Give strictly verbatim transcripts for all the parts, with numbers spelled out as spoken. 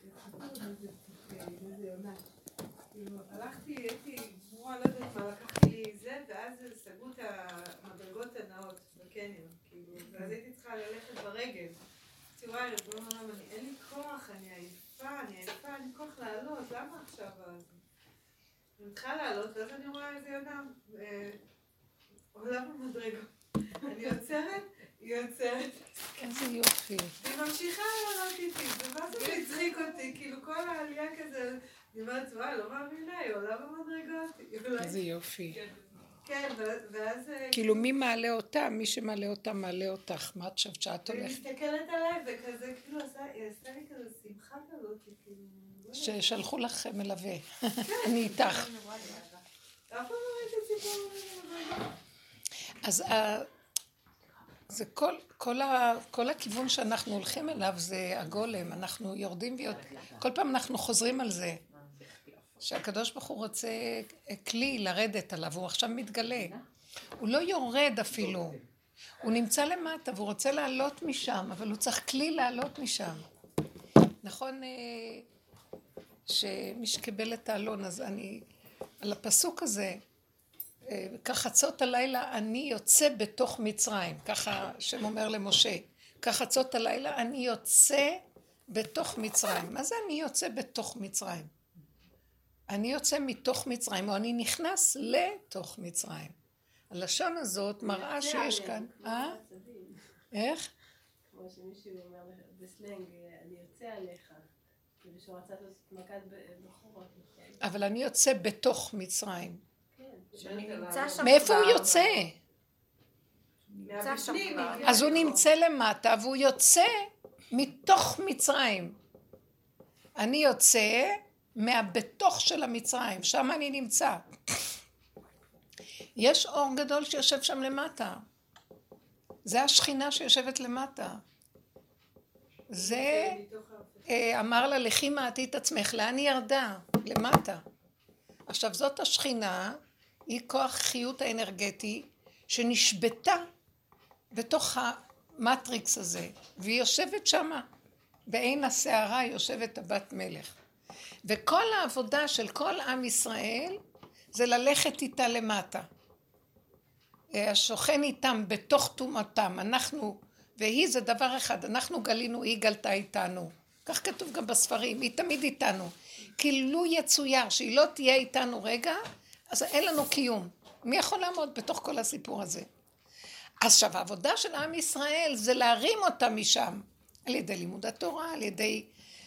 הלכתי, הייתי גמורה, לא יודעת מה, לקחתי לי זה, ואז סגרו את המדרגות הנאות בקניון, כאילו, ואז הייתי צריכה ללכת ברגל. תראי, ריבון עולם, אין לי כוח, אני עייפה, אני עייפה, אין לי כוח לעלות, למה עכשיו אז? אני מתחילה לעלות, ואז אני רואה איזה ידם, עולה במדרגות. אני יוצרת, היא יוצרת. איזה יופי. היא ממשיכה לעלות איתי, ומה זה מצחיק אותי, כאילו כל העלייה כזה, אני אומרת, וואי, לא מאמינה, היא עולה במדרגות. איזה יופי. כן, ואז... כאילו מי מעלה אותה, מי שמעלה אותה מעלה אותך, מה את חושבת שאת הולכת? היא מסתכלת עליי וכזה, כאילו, היא עשתה לי כזה שמחה כזאת, כאילו... ששלחו לך מלווה, אני איתך. אף פעם לא ראיתי סיפור מלווה. אז זה כל, כל, ה, כל הכיוון שאנחנו הולכים אליו זה הגולם, אנחנו יורדים ויורדים, כל פעם אנחנו חוזרים על זה, שהקדוש ברוך הוא רוצה כלי לרדת עליו, הוא עכשיו מתגלה, הוא לא יורד אפילו, הוא נמצא למטה והוא רוצה לעלות משם, אבל הוא צריך כלי לעלות משם. נכון שמי שקיבל את האלון, אז אני, על הפסוק הזה, כחצות הלילה אני יוצא בתוך מצרים, ככה שם אומר למשה, כחצות הלילה אני יוצא בתוך מצרים. מה זה אני יוצא בתוך מצרים? אני יוצא מתוך מצרים, או אני נכנס לתוך מצרים. הלשון הזאת מראה שיש כאן, אה? איך? כמו שמישהו אומר בסלנג, אני יוצא עליך, כאילו שהוא רצה לעשות מכת בחורות. אבל אני יוצא בתוך מצרים. מאיפה הוא יוצא? אז הוא נמצא למטה והוא יוצא מתוך מצרים. אני יוצא מהבתוך של המצרים, שם אני נמצא. יש אור גדול שיושב שם למטה. זה השכינה שיושבת למטה. זה אמר לה, לכי מעטי את עצמך, לאן היא ירדה? למטה. עכשיו זאת השכינה, היא כוח חיות האנרגטי שנשבתה בתוך המטריקס הזה, והיא יושבת שמה, בעין השערה יושבת הבת מלך. וכל העבודה של כל עם ישראל זה ללכת איתה למטה. השוכן איתם בתוך תומתם, אנחנו, והיא זה דבר אחד, אנחנו גלינו, היא גלתה איתנו. כך כתוב גם בספרים, היא תמיד איתנו. כי לו יצויר שהיא לא תהיה איתנו רגע, אז אין לנו קיום. מי יכול לעמוד בתוך כל הסיפור הזה? עכשיו, העבודה של עם ישראל זה להרים אותה משם, על ידי לימוד התורה, על ידי...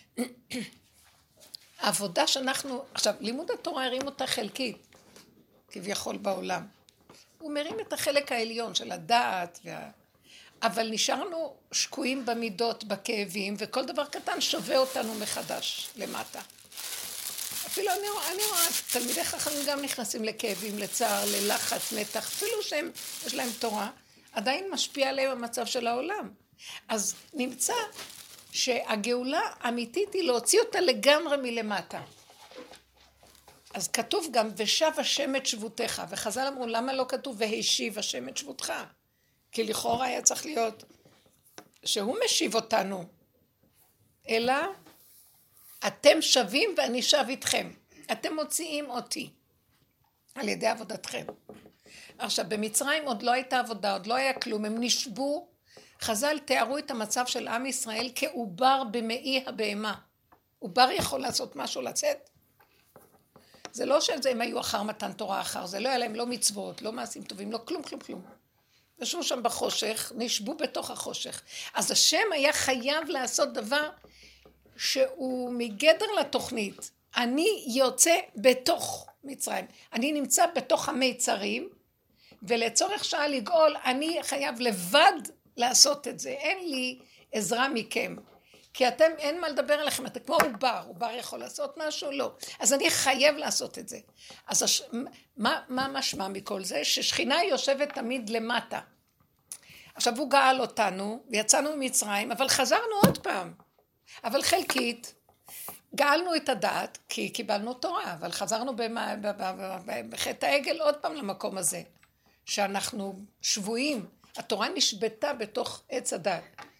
העבודה שאנחנו... עכשיו, לימוד התורה הרים אותה חלקית, כביכול בעולם. הוא מרים את החלק העליון של הדעת, וה... אבל נשארנו שקועים במידות, בכאבים, וכל דבר קטן שווה אותנו מחדש למטה. אפילו אני רואה, אני רואה, תלמידי חכמים גם נכנסים לכאבים, לצער, ללחץ, מתח, אפילו שהם, יש להם תורה, עדיין משפיע עליהם המצב של העולם. אז נמצא שהגאולה האמיתית היא להוציא אותה לגמרי מלמטה. אז כתוב גם, ושב השם את שבותך, וחז"ל אמרו, למה לא כתוב, והשיב השם את שבותך? כי לכאורה היה צריך להיות שהוא משיב אותנו, אלא אתם שווים ואני שב איתכם. אתם מוציאים אותי על ידי עבודתכם. עכשיו, במצרים עוד לא הייתה עבודה, עוד לא היה כלום, הם נשבו. חז"ל תיארו את המצב של עם ישראל כעובר במאי הבהמה. עובר יכול לעשות משהו לצאת? זה לא שזה הם היו אחר מתן תורה אחר, זה לא היה להם לא מצוות, לא מעשים טובים, לא כלום, כלום, כלום. ישבו שם בחושך, נשבו בתוך החושך. אז השם היה חייב לעשות דבר שהוא מגדר לתוכנית. אני יוצא בתוך מצרים. אני נמצא בתוך המיצרים, ולצורך שעה לגאול, אני חייב לבד לעשות את זה. אין לי עזרה מכם. כי אתם, אין מה לדבר עליכם, אתם כמו עובר, עובר יכול לעשות משהו? לא. אז אני חייב לעשות את זה. אז הש... מה, מה משמע מכל זה? ששכינה יושבת תמיד למטה. עכשיו הוא גאל אותנו, ויצאנו ממצרים, אבל חזרנו עוד פעם. אבל חלקית, גאלנו את הדעת, כי קיבלנו תורה, אבל חזרנו בחטא העגל עוד פעם למקום הזה, שאנחנו שבויים. התורה נשבתה בתוך עץ הדעת.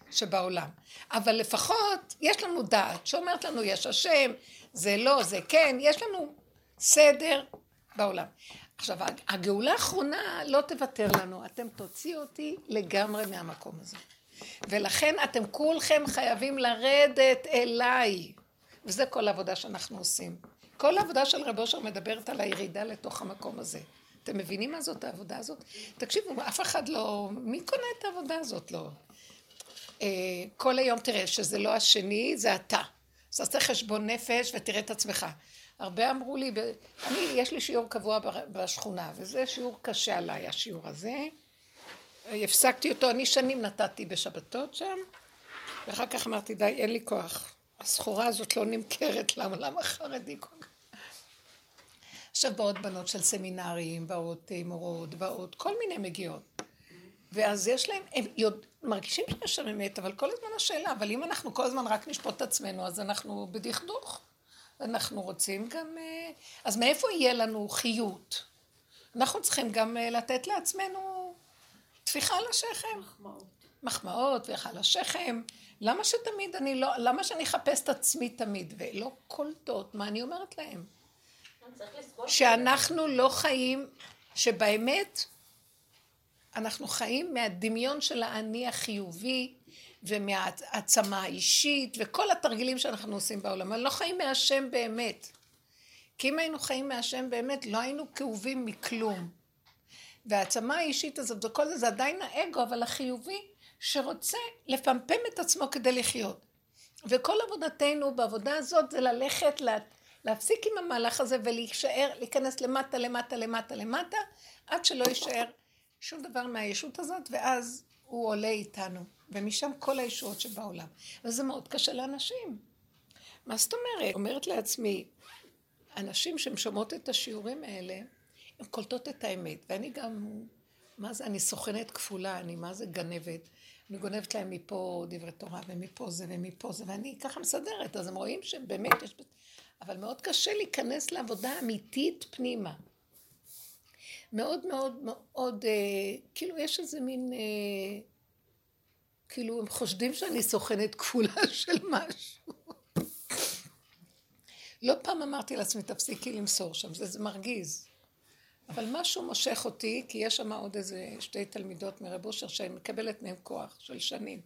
שבעולם. אבל לפחות יש לנו דעת שאומרת לנו יש השם, זה לא, זה כן, יש לנו סדר בעולם. עכשיו, הגאולה האחרונה לא תוותר לנו, אתם תוציאו אותי לגמרי מהמקום הזה. ולכן אתם כולכם חייבים לרדת אליי. וזה כל העבודה שאנחנו עושים. כל העבודה של רב אושר מדברת על הירידה לתוך המקום הזה. אתם מבינים מה זאת העבודה הזאת? תקשיבו, אף אחד לא... מי קונה את העבודה הזאת? לא. כל היום תראה שזה לא השני, זה אתה. אז תעשה חשבון נפש ותראה את עצמך. הרבה אמרו לי, אני, יש לי שיעור קבוע בשכונה, וזה שיעור קשה עליי, השיעור הזה. הפסקתי אותו, אני שנים נתתי בשבתות שם, ואחר כך אמרתי, די, אין לי כוח. הסחורה הזאת לא נמכרת, למה? למה חרדי כל כך? עכשיו באות בנות של סמינרים, באות מורות, באות, כל מיני מגיעות. ואז יש להם, הם יודע, מרגישים שיש שם אמת, אבל כל הזמן השאלה, אבל אם אנחנו כל הזמן רק נשפוט את עצמנו, אז אנחנו בדכדוך. אנחנו רוצים גם, אז מאיפה יהיה לנו חיות? אנחנו צריכים גם לתת לעצמנו תפיחה על השכם. מחמאות. מחמאות ואיך על השכם. למה שתמיד אני לא, למה שאני אחפש את עצמי תמיד, ולא קולטות, מה אני אומרת להם? שאנחנו לא חיים, שבאמת אנחנו חיים מהדמיון של האני החיובי, ומהעצמה האישית, וכל התרגילים שאנחנו עושים בעולם, אבל לא חיים מהשם באמת. כי אם היינו חיים מהשם באמת, לא היינו כאובים מכלום. והעצמה האישית הזאת, וכל זה, זה עדיין האגו, אבל החיובי, שרוצה לפמפם את עצמו כדי לחיות. וכל עבודתנו בעבודה הזאת, זה ללכת, לה, להפסיק עם המהלך הזה, ולהישאר, להיכנס למטה, למטה, למטה, למטה, עד שלא יישאר שום דבר מהישות הזאת, ואז הוא עולה איתנו. ומשם כל הישועות שבעולם. וזה מאוד קשה לאנשים. מה זאת אומרת? אומרת לעצמי, אנשים שמשומעות את השיעורים האלה, הן קולטות את האמת. ואני גם, מה זה? אני סוכנת כפולה, אני מה זה גנבת. אני גונבת להם מפה דברי תורה, ומפה זה ומפה זה, ואני ככה מסדרת. אז הם רואים שבאמת יש... אבל מאוד קשה להיכנס לעבודה אמיתית פנימה. מאוד מאוד מאוד, אה, כאילו יש איזה מין... אה, כאילו הם חושדים שאני סוכנת כפולה של משהו. לא פעם אמרתי לעצמי, תפסיקי למסור שם, זה, זה מרגיז. אבל משהו מושך אותי, כי יש שם עוד איזה שתי תלמידות מרב אושר, שאני מקבלת מהם כוח של שנים.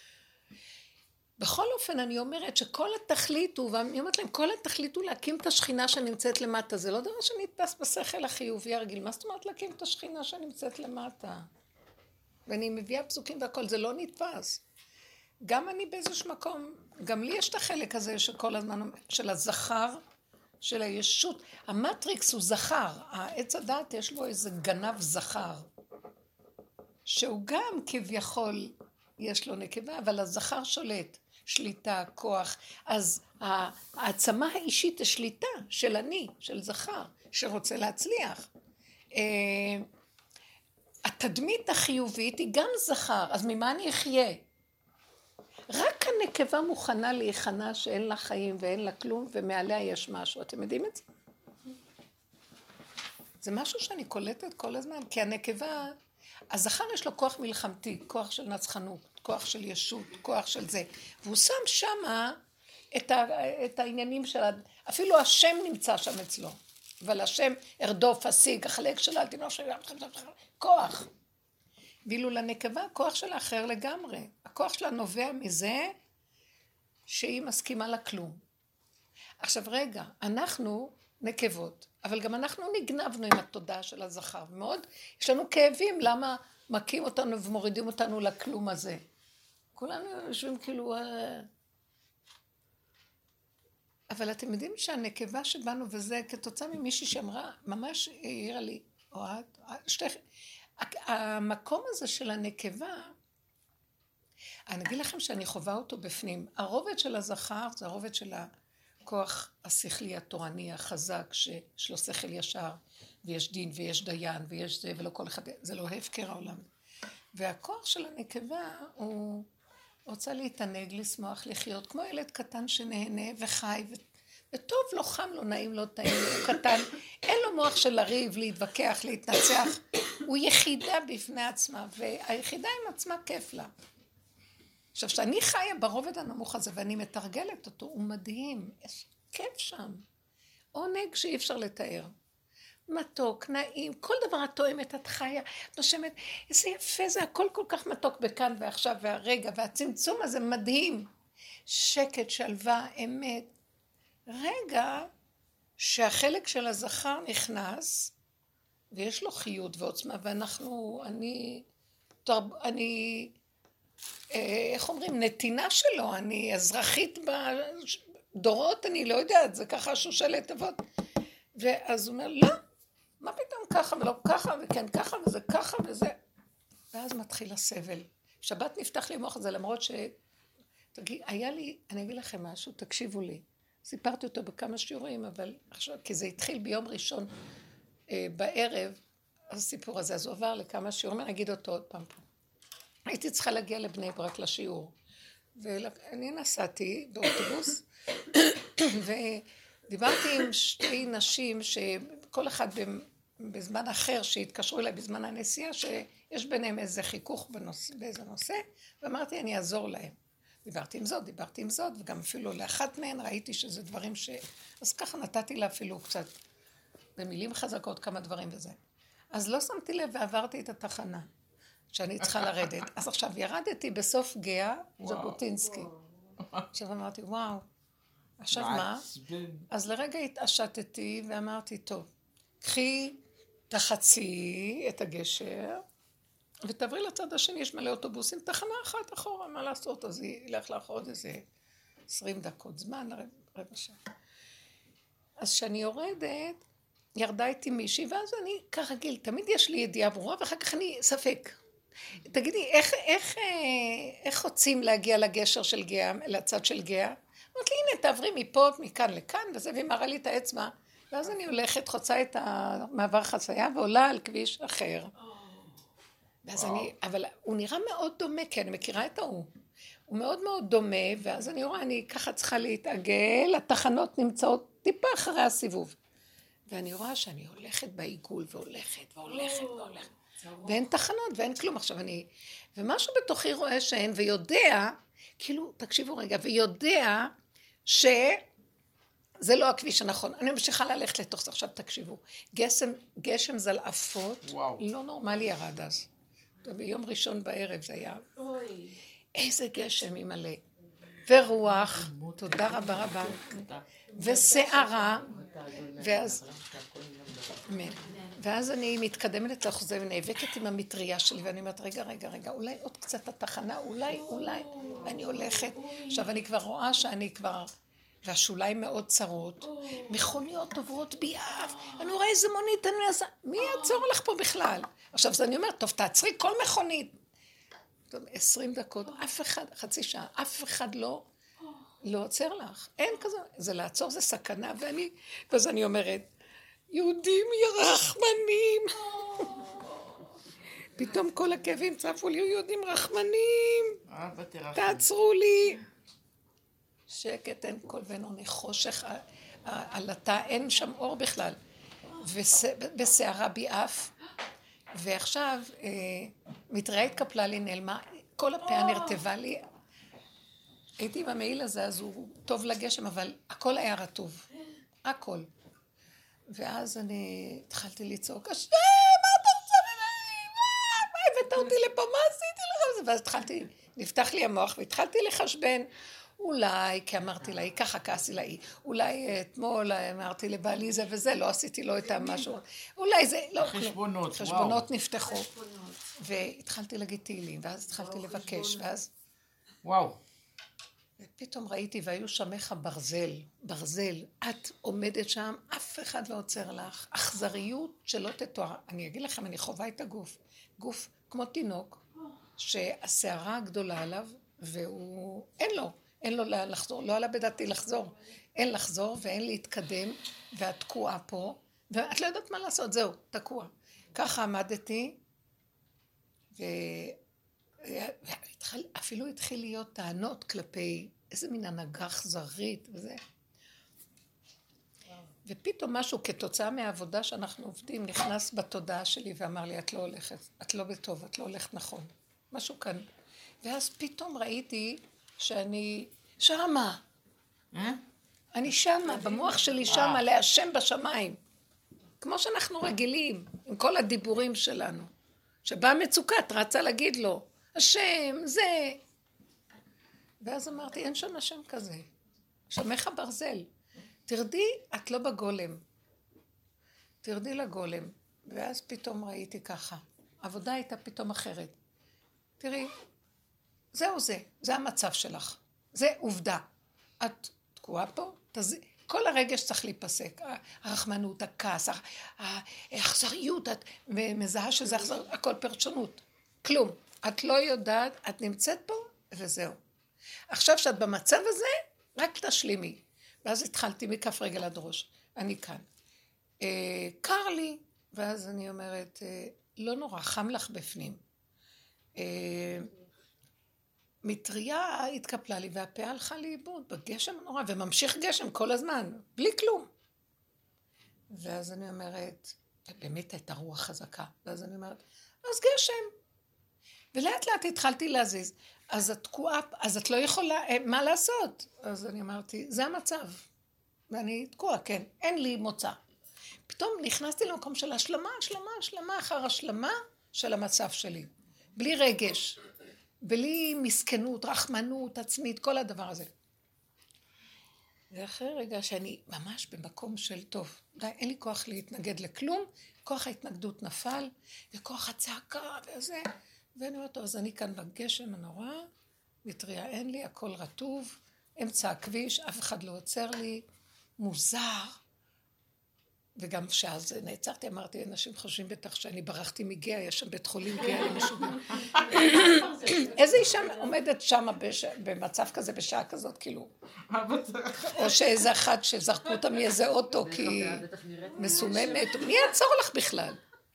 בכל אופן אני אומרת שכל התכלית הוא, ואני אומרת להם, כל התכלית הוא להקים את השכינה שנמצאת למטה. זה לא דבר שנתפס בשכל החיובי הרגיל. מה זאת אומרת להקים את השכינה שנמצאת למטה? ואני מביאה פסוקים והכל, זה לא נתפס. גם אני באיזשהו מקום, גם לי יש את החלק הזה שכל הזמן, של הזכר, של הישות. המטריקס הוא זכר, העץ הדת יש לו איזה גנב זכר, שהוא גם כביכול יש לו נקבה, אבל הזכר שולט, שליטה, כוח. אז העצמה האישית היא שליטה של אני, של זכר, שרוצה להצליח. התדמית החיובית היא גם זכר, אז ממה אני אחיה? רק הנקבה מוכנה להיכנע שאין לה חיים ואין לה כלום, ומעליה יש משהו. אתם יודעים את זה? זה משהו שאני קולטת כל הזמן, כי הנקבה, הזכר יש לו כוח מלחמתי, כוח של נצחנות, כוח של ישות, כוח של זה. והוא שם שמה את, ה, את העניינים של, אפילו השם נמצא שם אצלו. אבל השם ארדוף, השיג, החלק שלה, תינור שלה, כוח. ואילו לנקבה, הכוח שלה אחר לגמרי. הכוח שלה נובע מזה שהיא מסכימה לכלום. עכשיו רגע, אנחנו נקבות, אבל גם אנחנו נגנבנו עם התודעה של הזכר. מאוד, יש לנו כאבים, למה מכים אותנו ומורידים אותנו לכלום הזה? כולנו יושבים כאילו... אבל אתם יודעים שהנקבה שבאנו, וזה כתוצאה ממישהי שאמרה, ממש העירה לי, אוהד, שתי... המקום הזה של הנקבה, אני אגיד לכם שאני חווה אותו בפנים. הרובד של הזכר זה הרובד של הכוח השכלי התורני החזק, שיש לו שכל ישר, ויש דין ויש דיין ויש זה, ולא כל אחד, זה לא הפקר העולם. והכוח של הנקבה הוא רוצה להתענג, לשמוח, לחיות, כמו ילד קטן שנהנה וחי, וטוב לו, חם לו, נעים לו, טעים לו, הוא קטן, אין לו מוח של לריב, להתווכח, להתנצח, הוא יחידה בפני עצמה, והיחידה עם עצמה כיף לה. עכשיו, כשאני חיה ברובד הנמוך הזה, ואני מתרגלת אותו, הוא מדהים, יש כיף שם. עונג שאי אפשר לתאר. מתוק, נעים, כל דבר את תואמת, את חיה, את נושמת, איזה יפה זה, הכל כל כך מתוק בכאן ועכשיו והרגע, והצמצום הזה מדהים. שקט, שלווה, אמת. רגע שהחלק של הזכר נכנס, ויש לו חיות ועוצמה, ואנחנו, אני, תרב, אני, איך אומרים, נתינה שלו, אני אזרחית בדורות, אני לא יודעת, זה ככה שושלת אבות. ואז הוא אומר, לא, מה פתאום ככה ולא ככה, וכן ככה וזה ככה וזה. ואז מתחיל הסבל. שבת נפתח לי מוח הזה, למרות ש... תגיד, היה לי, אני אגיד לכם משהו, תקשיבו לי. סיפרתי אותו בכמה שיעורים, אבל עכשיו, כי זה התחיל ביום ראשון אה, בערב, הסיפור הזה, אז הוא עבר לכמה שיעורים, אני אגיד אותו עוד פעם פה. הייתי צריכה להגיע לבני ברק לשיעור, ואני נסעתי באוטובוס, ודיברתי עם שתי נשים, שכל אחד בזמן אחר, שהתקשרו אליי בזמן הנסיעה, שיש ביניהם איזה חיכוך בנושא, באיזה נושא, ואמרתי, אני אעזור להם. דיברתי עם זאת, דיברתי עם זאת, וגם אפילו לאחת מהן ראיתי שזה דברים ש... אז ככה נתתי לה אפילו קצת, במילים חזקות, כמה דברים וזה. אז לא שמתי לב ועברתי את התחנה, שאני צריכה לרדת. אז עכשיו ירדתי בסוף גאה, ז'בוטינסקי. עכשיו אמרתי, וואו, עכשיו מה? אז לרגע התעשתתי ואמרתי, טוב, קחי תחצי את הגשר, ותעברי לצד השני, יש מלא אוטובוסים, תחנה אחת אחורה, מה לעשות? אז היא ילך לך עוד איזה עשרים דקות זמן, רבע שעה. אז כשאני יורדת, ירדה איתי מישהי, ואז אני כרגיל, תמיד יש לי ידיעה ברורה, ואחר כך אני ספק. תגידי, איך, איך, איך רוצים להגיע לגשר של גאה, לצד של גאה? אמרתי לי, הנה, תעברי מפה, מכאן לכאן, וזה, והיא מראה לי את האצבע, ואז אני הולכת, חוצה את המעבר חצייה, ועולה על כביש אחר. ואז אני, אבל הוא נראה מאוד דומה, כי אני מכירה את ההוא. הוא מאוד מאוד דומה, ואז אני רואה, אני ככה צריכה להתעגל, התחנות נמצאות טיפה אחרי הסיבוב. ואני רואה שאני הולכת בעיגול, והולכת, והולכת, והולכת. ואין תחנות, ואין כלום. עכשיו אני, ומשהו בתוכי רואה שאין, ויודע, כאילו, תקשיבו רגע, ויודע שזה לא הכביש הנכון. אני ממשיכה ללכת לתוך זה, עכשיו תקשיבו. גשם, גשם זלעפות, לא נורמלי ירד אז. ביום ראשון בערב זה היה, איזה גשם היא מלא, ורוח, תודה רבה רבה, ושערה, ואז, ואז אני מתקדמת לתוך זה ונאבקת עם המטריה שלי, ואני אומרת, רגע, רגע, רגע, אולי עוד קצת התחנה, אולי, אולי, ואני הולכת, עכשיו אני כבר רואה שאני כבר, והשוליים מאוד צרות, מכוניות עוברות ביעף, אני רואה איזה מונית, אני עושה, מי יעצור לך פה בכלל? עכשיו אז אני אומרת, טוב, תעצרי כל מכונית. טוב, עשרים דקות, אף אחד, חצי שעה, אף אחד לא, לא עוצר לך. אין כזה, זה לעצור, זה סכנה, ואני, ואז אני אומרת, יהודים רחמנים. פתאום כל הכאבים צפו לי, יהודים רחמנים. תעצרו לי. שקט, אין כל ואין עונה, חושך, עלתה, אין שם אור בכלל. ובשערה ביעף. ועכשיו, מטריה התקפלה לי, נעלמה, כל הפעה נרטבה לי. הייתי במעיל הזה, אז הוא טוב לגשם, אבל הכל היה רטוב. הכל. ואז אני התחלתי לצעוק, השם, מה אתה רוצה ממני? מה? מה הבאת אותי לפה? מה עשיתי לך? ואז התחלתי, נפתח לי המוח, והתחלתי לחשבן. אולי, כי אמרתי לה, היא ככה כעסי לה, אולי אתמול אמרתי לבעלי זה וזה, לא עשיתי לו את המשהו, אולי זה, לא, חשבונות, חשבונות נפתחו, והתחלתי להגיד תהילים, ואז התחלתי לבקש, ואז, וואו, ופתאום ראיתי, והיו שמך ברזל, ברזל, את עומדת שם, אף אחד לא עוצר לך, אכזריות שלא תתואר, אני אגיד לכם, אני חובה את הגוף, גוף כמו תינוק, שהשערה הגדולה עליו, והוא, אין לו, אין לו לחזור, לא עלה בדעתי לחזור, אין לחזור ואין להתקדם, ואת תקועה פה, ואת לא יודעת מה לעשות, זהו, תקוע. ככה עמדתי, ואפילו התחיל להיות טענות כלפי איזה מין הנהגה אכזרית וזה. ופתאום משהו כתוצאה מהעבודה שאנחנו עובדים, נכנס בתודעה שלי ואמר לי, את לא הולכת, את לא בטוב, את לא הולכת נכון. משהו כאן. ואז פתאום ראיתי שאני שמה. אני שמה, במוח שלי שמה, להשם בשמיים. כמו שאנחנו רגילים, עם כל הדיבורים שלנו. שבאה מצוקה, את רצה להגיד לו, השם, זה. ואז אמרתי, אין שם השם כזה. שמך ברזל. תרדי, את לא בגולם. תרדי לגולם. ואז פתאום ראיתי ככה. העבודה הייתה פתאום אחרת. תראי, זהו זה, זה המצב שלך. זה עובדה. את תקועה פה, תז... כל הרגש צריך להיפסק. הרחמנות, הכעס, האכזריות, את מזהה שזה אכזר, הכל פרשנות. כלום. את לא יודעת, את נמצאת פה, וזהו. עכשיו שאת במצב הזה, רק תשלימי. ואז התחלתי מכף רגל עד ראש. אני כאן. אה, קר לי, ואז אני אומרת, אה, לא נורא, חם לך בפנים. אה, מטריה התקפלה לי, והפה הלכה לאיבוד, בגשם נורא, וממשיך גשם כל הזמן, בלי כלום. ואז אני אומרת, באמת הייתה רוח חזקה, ואז אני אומרת, אז גשם. ולאט לאט התחלתי להזיז. אז את תקועה, אז את לא יכולה, מה לעשות? אז אני אמרתי, זה המצב. ואני תקועה, כן, אין לי מוצא. פתאום נכנסתי למקום של השלמה, השלמה, השלמה, אחר השלמה של המצב שלי. בלי רגש, בלי מסכנות, רחמנות, עצמית, כל הדבר הזה. ואחרי רגע שאני ממש במקום של טוב, די, אין לי כוח להתנגד לכלום, כוח ההתנגדות נפל, וכוח הצעקה וזה, ואני אומרת, אז אני כאן בגשם הנורא, מטריה אין לי, הכל רטוב, אמצע הכביש, אף אחד לא עוצר לי, מוזר. וגם שאז נעצרתי, אמרתי, אנשים חושבים בטח שאני ברחתי מגאה, יש שם בית חולים גאה למישהו. איזה אישה עומדת שם במצב כזה, בשעה כזאת, כאילו. או שאיזה אחת שזרקו אותה מאיזה אוטו, כי היא מסוממת, מי יעצור לך בכלל?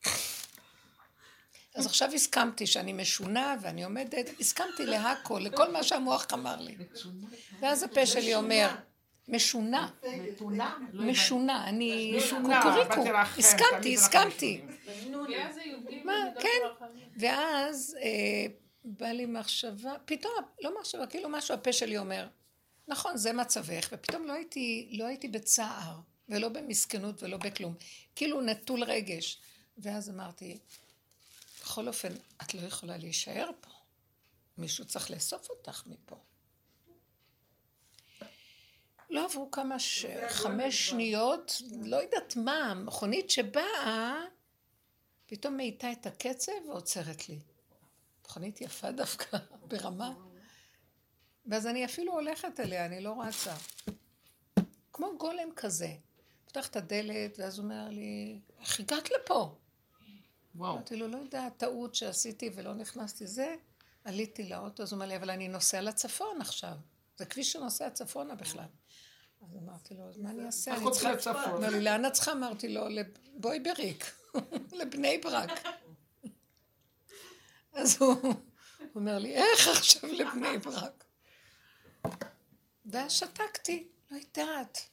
אז עכשיו הסכמתי שאני משונה ואני עומדת, הסכמתי להכל, לכל מה שהמוח אמר לי. ואז הפה שלי אומר, משונה, משונה, אני קוקוריקו, הסכמתי, הסכמתי. מה, כן. ואז בא לי מחשבה, פתאום, לא מחשבה, כאילו משהו הפה שלי אומר, נכון, זה מצבך, ופתאום לא הייתי, לא הייתי בצער, ולא במסכנות ולא בכלום, כאילו נטול רגש. ואז אמרתי, בכל אופן, את לא יכולה להישאר פה. מישהו צריך לאסוף אותך מפה. לא עברו כמה ש... חמש שניות, לא יודעת מה, מכונית שבאה, פתאום מאיתה את הקצב ועוצרת לי. מכונית יפה דווקא, ברמה. ואז אני אפילו הולכת אליה, אני לא רצה. כמו גולם כזה. פתח את הדלת, ואז הוא אומר לי, איך הגעת לפה? אמרתי לו, לא יודע, טעות שעשיתי ולא נכנסתי זה, עליתי לאוטו, אז הוא אומר לי, אבל אני נוסע לצפון עכשיו. זה כביש שנוסע צפונה בכלל. אז אמרתי לו, אז מה אני אעשה? אני צריכה... אמר לי, לאן את צריכה? אמרתי לו, לבואי בריק, לבני ברק. אז הוא אומר לי, איך עכשיו לבני ברק? ואז שתקתי, לא יודעת.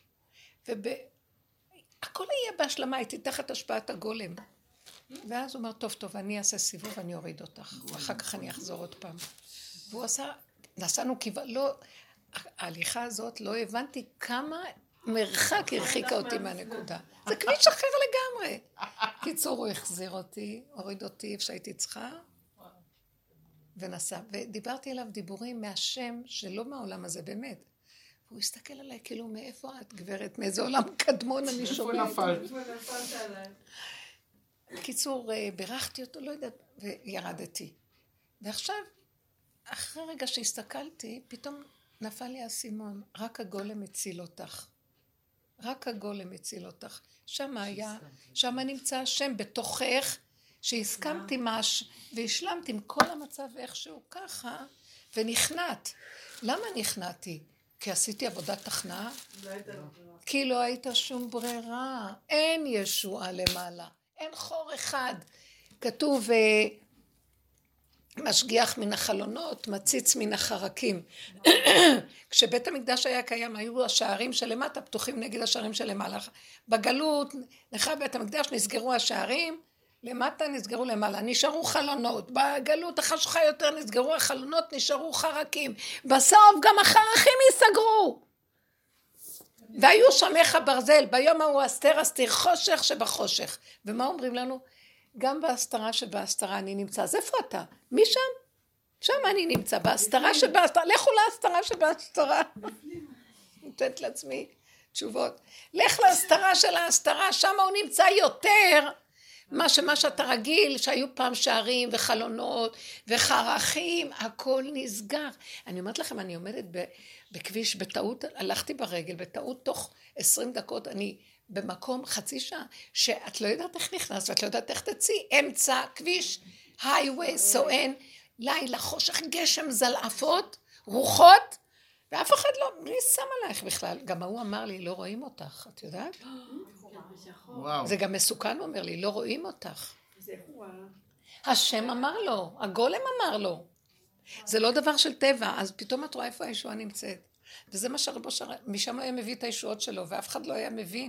והכל יהיה בהשלמה, הייתי תחת השפעת הגולם. ואז הוא אומר, טוב, טוב, אני אעשה סיבוב, אני אוריד אותך. ואחר כך אני אחזור עוד פעם. והוא עשה, נסענו כיוון, לא, ההליכה הזאת, לא הבנתי כמה מרחק הרחיקה אותי מהנקודה. זה כביש אחר לגמרי. קיצור, הוא החזיר אותי, הוריד אותי איפה שהייתי צריכה, ונסע. ודיברתי אליו דיבורים מהשם שלא מהעולם הזה, באמת. והוא הסתכל עליי, כאילו, מאיפה את, גברת? מאיזה עולם קדמון אני שומעת? איפה נפלת עליי? קיצור, ברכתי אותו, לא יודעת, וירדתי. ועכשיו, אחרי רגע שהסתכלתי, פתאום נפל לי הסימון, רק הגולם הציל אותך. רק הגולם הציל אותך. שם היה, שם נמצא השם בתוכך, שהסכמתי מש, והשלמתי עם כל המצב איכשהו ככה, ונכנעת. למה נכנעתי? כי עשיתי עבודת תכנעה? כי לא הייתה שום ברירה. אין ישועה למעלה. אין חור אחד. כתוב, משגיח מן החלונות, מציץ מן החרקים. כשבית המקדש היה קיים, היו השערים שלמטה פתוחים נגד השערים שלמעלה. בגלות, נחרב בית המקדש, נסגרו השערים, למטה נסגרו למעלה, נשארו חלונות, בגלות החשוכה יותר נסגרו החלונות, נשארו חרקים, בסוף גם החרכים ייסגרו. והיו שמך ברזל, ביום ההוא אסתר אסתיר, חושך שבחושך. ומה אומרים לנו? גם בהסתרה שבהסתרה אני נמצא. אז איפה אתה? מי שם? שם אני נמצא, בהסתרה שבהסתרה. לכו להסתרה שבהסתרה. נותנת לעצמי תשובות. לך להסתרה של ההסתרה, שם הוא נמצא יותר מה שמה שאתה רגיל, שהיו פעם שערים וחלונות וחרכים, הכל נסגר. אני אומרת לכם, אני עומדת בכביש, בטעות, הלכתי ברגל, בטעות תוך עשרים דקות, אני במקום חצי שעה, שאת לא יודעת איך נכנס, ואת לא יודעת איך תציא, אמצע כביש, הייווי, סואן, לילה, חושך, גשם, זלעפות, רוחות, ואף אחד לא, מי שם עלייך בכלל? גם הוא אמר לי, לא רואים אותך, את יודעת? זה גם מסוכן, הוא אומר לי, לא רואים אותך. השם אמר לו, הגולם אמר לו. זה לא דבר של טבע, אז פתאום את רואה איפה הישועה נמצאת. וזה מה שהרבו שר... משם היה מביא את הישועות שלו, ואף אחד לא היה מבין.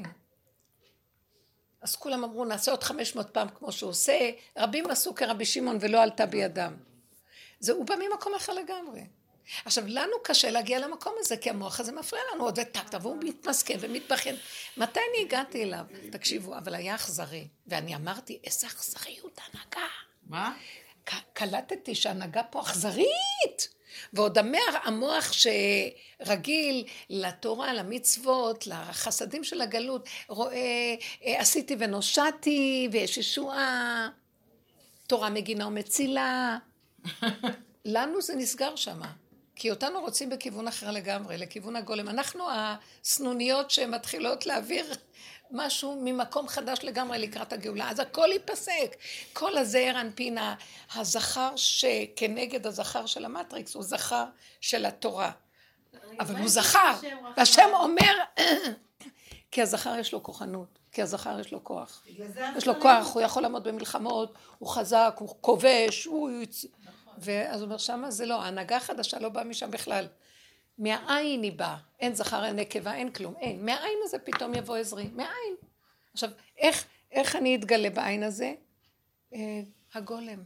אז כולם אמרו, נעשה עוד חמש מאות פעם כמו שהוא עושה, רבים עשו כרבי שמעון ולא עלתה בידם. זה הוא בא ממקום אחר לגמרי. עכשיו, לנו קשה להגיע למקום הזה, כי המוח הזה מפריע לנו עוד וטקטה, והוא מתמסכן ומתבחן. מתי אני הגעתי אליו? תקשיבו, אבל היה אכזרי. ואני אמרתי, איזה אכזריות הנהגה. מה? קלטתי שהנהגה פה אכזרית. ועוד המח, המוח שרגיל לתורה, למצוות, לחסדים של הגלות, רואה, עשיתי ונושעתי, ויש ישועה, תורה מגינה ומצילה. לנו זה נסגר שמה. כי אותנו רוצים בכיוון אחר לגמרי, לכיוון הגולם. אנחנו הסנוניות שמתחילות להעביר משהו ממקום חדש לגמרי לקראת הגאולה. אז הכל ייפסק. כל הזעיר אנפינה, הזכר שכנגד הזכר של המטריקס, הוא זכר של התורה. אבל הוא זכר. והשם אומר, כי הזכר יש לו כוחנות. כי הזכר יש לו כוח. יש לו כוח, הוא יכול לעמוד במלחמות, הוא חזק, הוא כובש, הוא... ואז הוא אומר, שמה זה לא, ההנהגה החדשה לא באה משם בכלל. מהעין היא באה, אין זכר, אין נקבה, אין כלום, אין. מהעין הזה פתאום יבוא עזרי, מהעין. עכשיו, איך, איך אני אתגלה בעין הזה? אה, הגולם.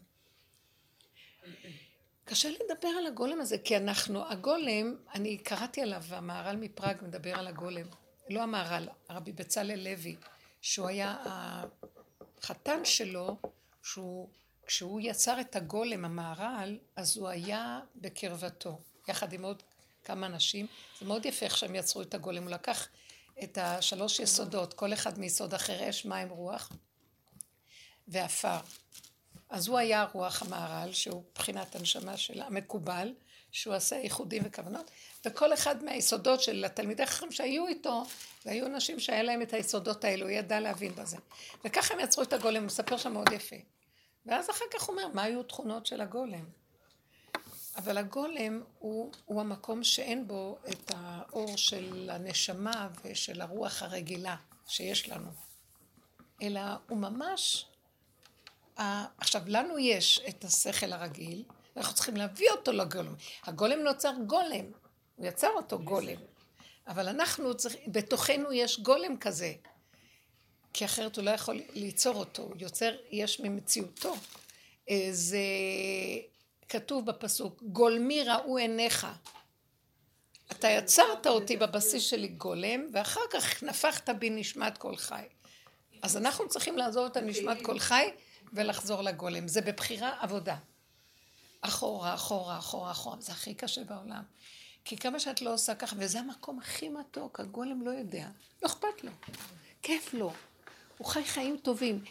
קשה לדבר על הגולם הזה, כי אנחנו, הגולם, אני קראתי עליו, המהר"ל מפראג מדבר על הגולם. לא המהר"ל, הרבי בצלאל לוי, שהוא היה החתן שלו, שהוא... כשהוא יצר את הגולם, המהר"ל, אז הוא היה בקרבתו, יחד עם עוד כמה אנשים. זה מאוד יפה איך שהם יצרו את הגולם. הוא לקח את השלוש יסודות, כל אחד מיסוד אחר, אש, מים, רוח ואפר. אז הוא היה רוח המהר"ל, שהוא בחינת הנשמה שלה, המקובל, שהוא עשה ייחודים וכוונות, וכל אחד מהיסודות של התלמידי החכמים שהיו איתו, והיו אנשים שהיה להם את היסודות האלו, הוא ידע להבין בזה. וככה הם יצרו את הגולם, הוא מספר שם מאוד יפה. ואז אחר כך הוא אומר, מה היו תכונות של הגולם? אבל הגולם הוא, הוא המקום שאין בו את האור של הנשמה ושל הרוח הרגילה שיש לנו. אלא הוא ממש, עכשיו לנו יש את השכל הרגיל, ואנחנו צריכים להביא אותו לגולם. הגולם נוצר גולם, הוא יצר אותו גולם. אבל אנחנו, בתוכנו יש גולם כזה. כי אחרת הוא לא יכול ליצור אותו, הוא יוצר יש ממציאותו. זה כתוב בפסוק, גולמי ראו עיניך. אתה יצרת אותי בבסיס שלי גולם, ואחר כך נפחת בי נשמת כל חי. אז אנחנו צריכים לעזור את הנשמת כל חי, ולחזור לגולם. זה בבחירה עבודה. אחורה, אחורה, אחורה, אחורה. זה הכי קשה בעולם. כי כמה שאת לא עושה ככה, וזה המקום הכי מתוק, הגולם לא יודע. לא אכפת לו. כיף לו. הוא חי חיים טובים.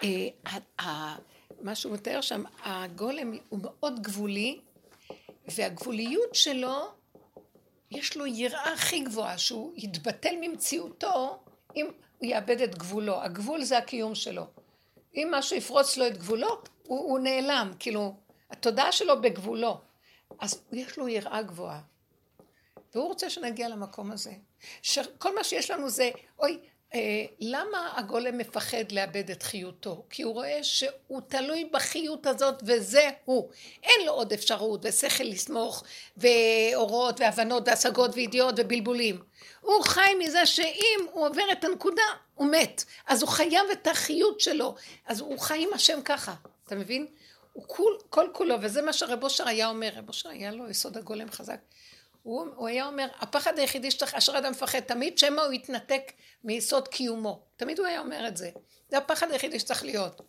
מה שהוא מתאר שם, הגולם הוא מאוד גבולי, והגבוליות שלו, יש לו יראה הכי גבוהה, שהוא יתבטל ממציאותו, אם הוא יאבד את גבולו. הגבול זה הקיום שלו. אם משהו יפרוץ לו את גבולות, הוא, הוא נעלם, כאילו, התודעה שלו בגבולו. אז יש לו יראה גבוהה. והוא רוצה שנגיע למקום הזה. שכל מה שיש לנו זה, אוי, למה הגולם מפחד לאבד את חיותו? כי הוא רואה שהוא תלוי בחיות הזאת וזה הוא. אין לו עוד אפשרות ושכל לסמוך ואורות והבנות והשגות וידיעות ובלבולים. הוא חי מזה שאם הוא עובר את הנקודה הוא מת. אז הוא חייב את החיות שלו. אז הוא חי עם השם ככה. אתה מבין? הוא כל, כל כולו, וזה מה שרב אושר היה אומר. רב אושר היה לו יסוד הגולם חזק. הוא, הוא היה אומר, הפחד היחידי שצריך, אשר אדם מפחד, תמיד שמה הוא יתנתק מיסוד קיומו. תמיד הוא היה אומר את זה. זה הפחד היחידי שצריך להיות.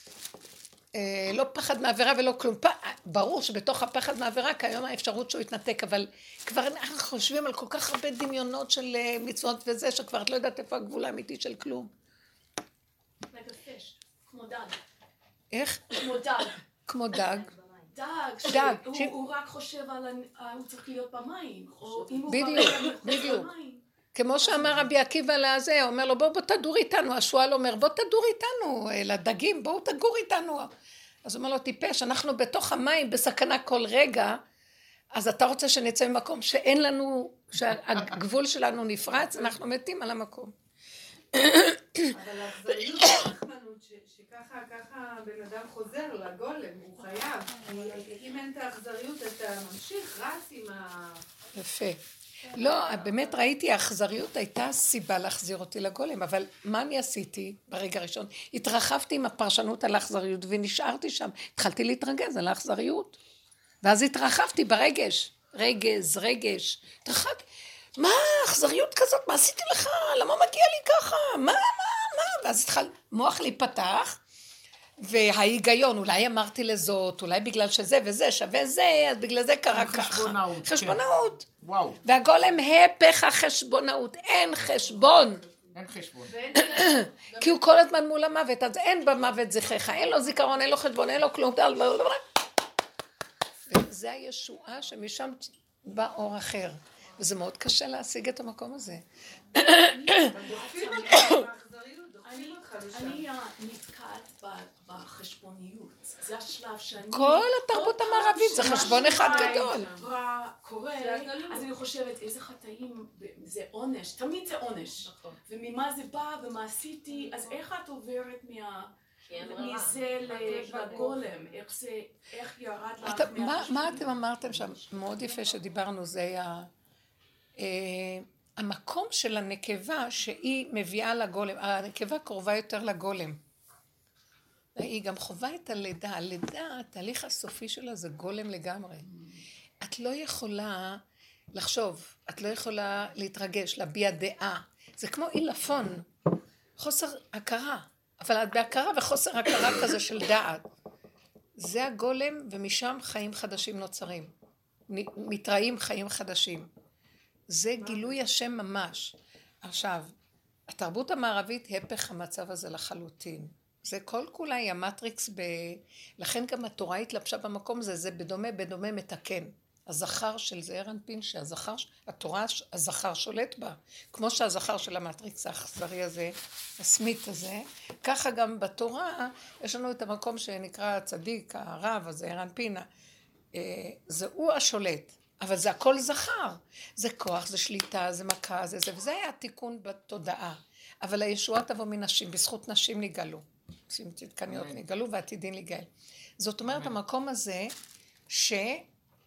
אה, לא פחד מעבירה ולא כלום. פ... ברור שבתוך הפחד מעבירה, כיום האפשרות שהוא יתנתק, אבל כבר אנחנו חושבים על כל כך הרבה דמיונות של מצוות וזה, שכבר את לא יודעת איפה הגבול האמיתי של כלום. like a fish, כמו דג. איך? כמו דג. כמו דג. דג, דג, שהוא ש... הוא רק חושב על, הוא צריך להיות במים, או אם הוא בדיוק, בדיוק. כמו שאמר רבי עקיבא לזה, הוא אומר לו בוא בוא תדור איתנו, השואל אומר בוא תדור איתנו, לדגים בואו תגור איתנו. אז הוא אומר לו טיפש, אנחנו בתוך המים בסכנה כל רגע, אז אתה רוצה שנצא ממקום שאין לנו, שהגבול שלנו נפרץ, אנחנו מתים על המקום. אבל האכזריות והרחמנות שככה ככה בן אדם חוזר לגולם, הוא חייב. אם אין את האכזריות אתה ממשיך, רץ עם ה... יפה. לא, באמת ראיתי, האכזריות הייתה סיבה להחזיר אותי לגולם, אבל מה אני עשיתי ברגע הראשון? התרחבתי עם הפרשנות על האכזריות ונשארתי שם, התחלתי להתרגז על האכזריות, ואז התרחבתי ברגש, רגז, רגש, התרחבתי, מה האכזריות כזאת, מה עשיתי לך, למה מגיע לי ככה, מה, מה, מה, ואז התחל מוח להיפתח, וההיגיון, אולי אמרתי לזאת, אולי בגלל שזה וזה שווה זה, אז בגלל זה קרה ככה. חשבונאות. חשבונאות. וואו. והגולם הפך החשבונאות, אין חשבון. אין חשבון. כי הוא כל הזמן מול המוות, אז אין במוות זכרך, אין לו זיכרון, אין לו חשבון, אין לו כלום. וזה הישועה שמשם בא אור אחר. וזה מאוד קשה להשיג את המקום הזה. אני נתקעת בחשבוניות, זה השלב שאני... כל התרבות המערבית זה חשבון אחד גדול. קורה, אז אני חושבת איזה חטאים, זה עונש, תמיד זה עונש. וממה זה בא ומה עשיתי, אז איך את עוברת מזה לגולם, איך ירד לך מהחשבון? מה אתם אמרתם שם? מאוד יפה שדיברנו, זה היה... המקום של הנקבה שהיא מביאה לגולם, הנקבה קרובה יותר לגולם. היא גם חובה את הלידה, הלידה, התהליך הסופי שלה זה גולם לגמרי. את לא יכולה לחשוב, את לא יכולה להתרגש, להביע דעה. זה כמו אילפון, חוסר הכרה, אבל את בהכרה וחוסר הכרה כזה של דעת. זה הגולם ומשם חיים חדשים נוצרים, מתראים חיים חדשים. זה גילוי השם ממש. עכשיו, התרבות המערבית הפך המצב הזה לחלוטין. זה כל כולה היא המטריקס, ב... לכן גם התורה התלבשה במקום הזה, זה בדומה, בדומה מתקן. הזכר של זעיר אנפין, שהזכר, התורה, הזכר שולט בה. כמו שהזכר של המטריקס האכזרי הזה, הסמית הזה, ככה גם בתורה יש לנו את המקום שנקרא הצדיק, הרב, הזעיר אנפין, זה הוא השולט. אבל זה הכל זכר, זה כוח, זה שליטה, זה מכה, זה זה, וזה היה התיקון בתודעה. אבל הישועה תבוא מנשים, בזכות נשים נגלו. נשים צדקניות נגלו ועתידין לגאל. זאת אומרת, המקום הזה, שזה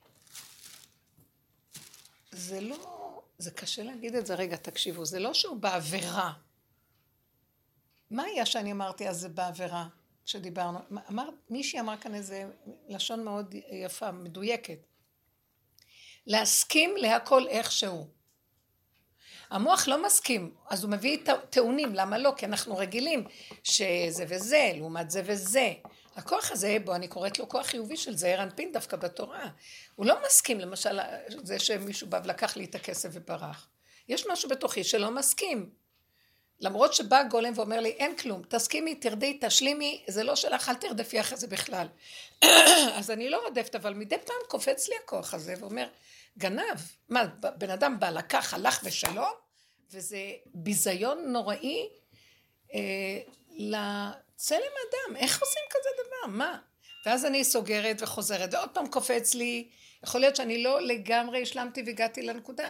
לא, זה קשה להגיד את זה, רגע, תקשיבו, זה לא שהוא בעבירה. מה היה שאני אמרתי אז זה בעבירה, שדיברנו? אמר, מישהי אמרה כאן איזה לשון מאוד יפה, מדויקת. להסכים להכל איכשהו. המוח לא מסכים, אז הוא מביא טעונים, למה לא? כי אנחנו רגילים שזה וזה, לעומת זה וזה. הכוח הזה, בו אני קוראת לו כוח חיובי של זעיר אנפין דווקא בתורה. הוא לא מסכים, למשל, זה שמישהו בא ולקח לי את הכסף וברח. יש משהו בתוכי שלא מסכים. למרות שבא גולם ואומר לי, אין כלום, תסכימי, תרדי, תשלימי, זה לא שלך, אל תרדפי אחרי זה בכלל. אז אני לא רדפת, אבל מדי פעם קופץ לי הכוח הזה ואומר, גנב, מה, בן אדם בא, לקח, הלך ושלום, וזה ביזיון נוראי אה, לצלם אדם, איך עושים כזה דבר, מה? ואז אני סוגרת וחוזרת, ועוד פעם קופץ לי, יכול להיות שאני לא לגמרי השלמתי והגעתי לנקודה,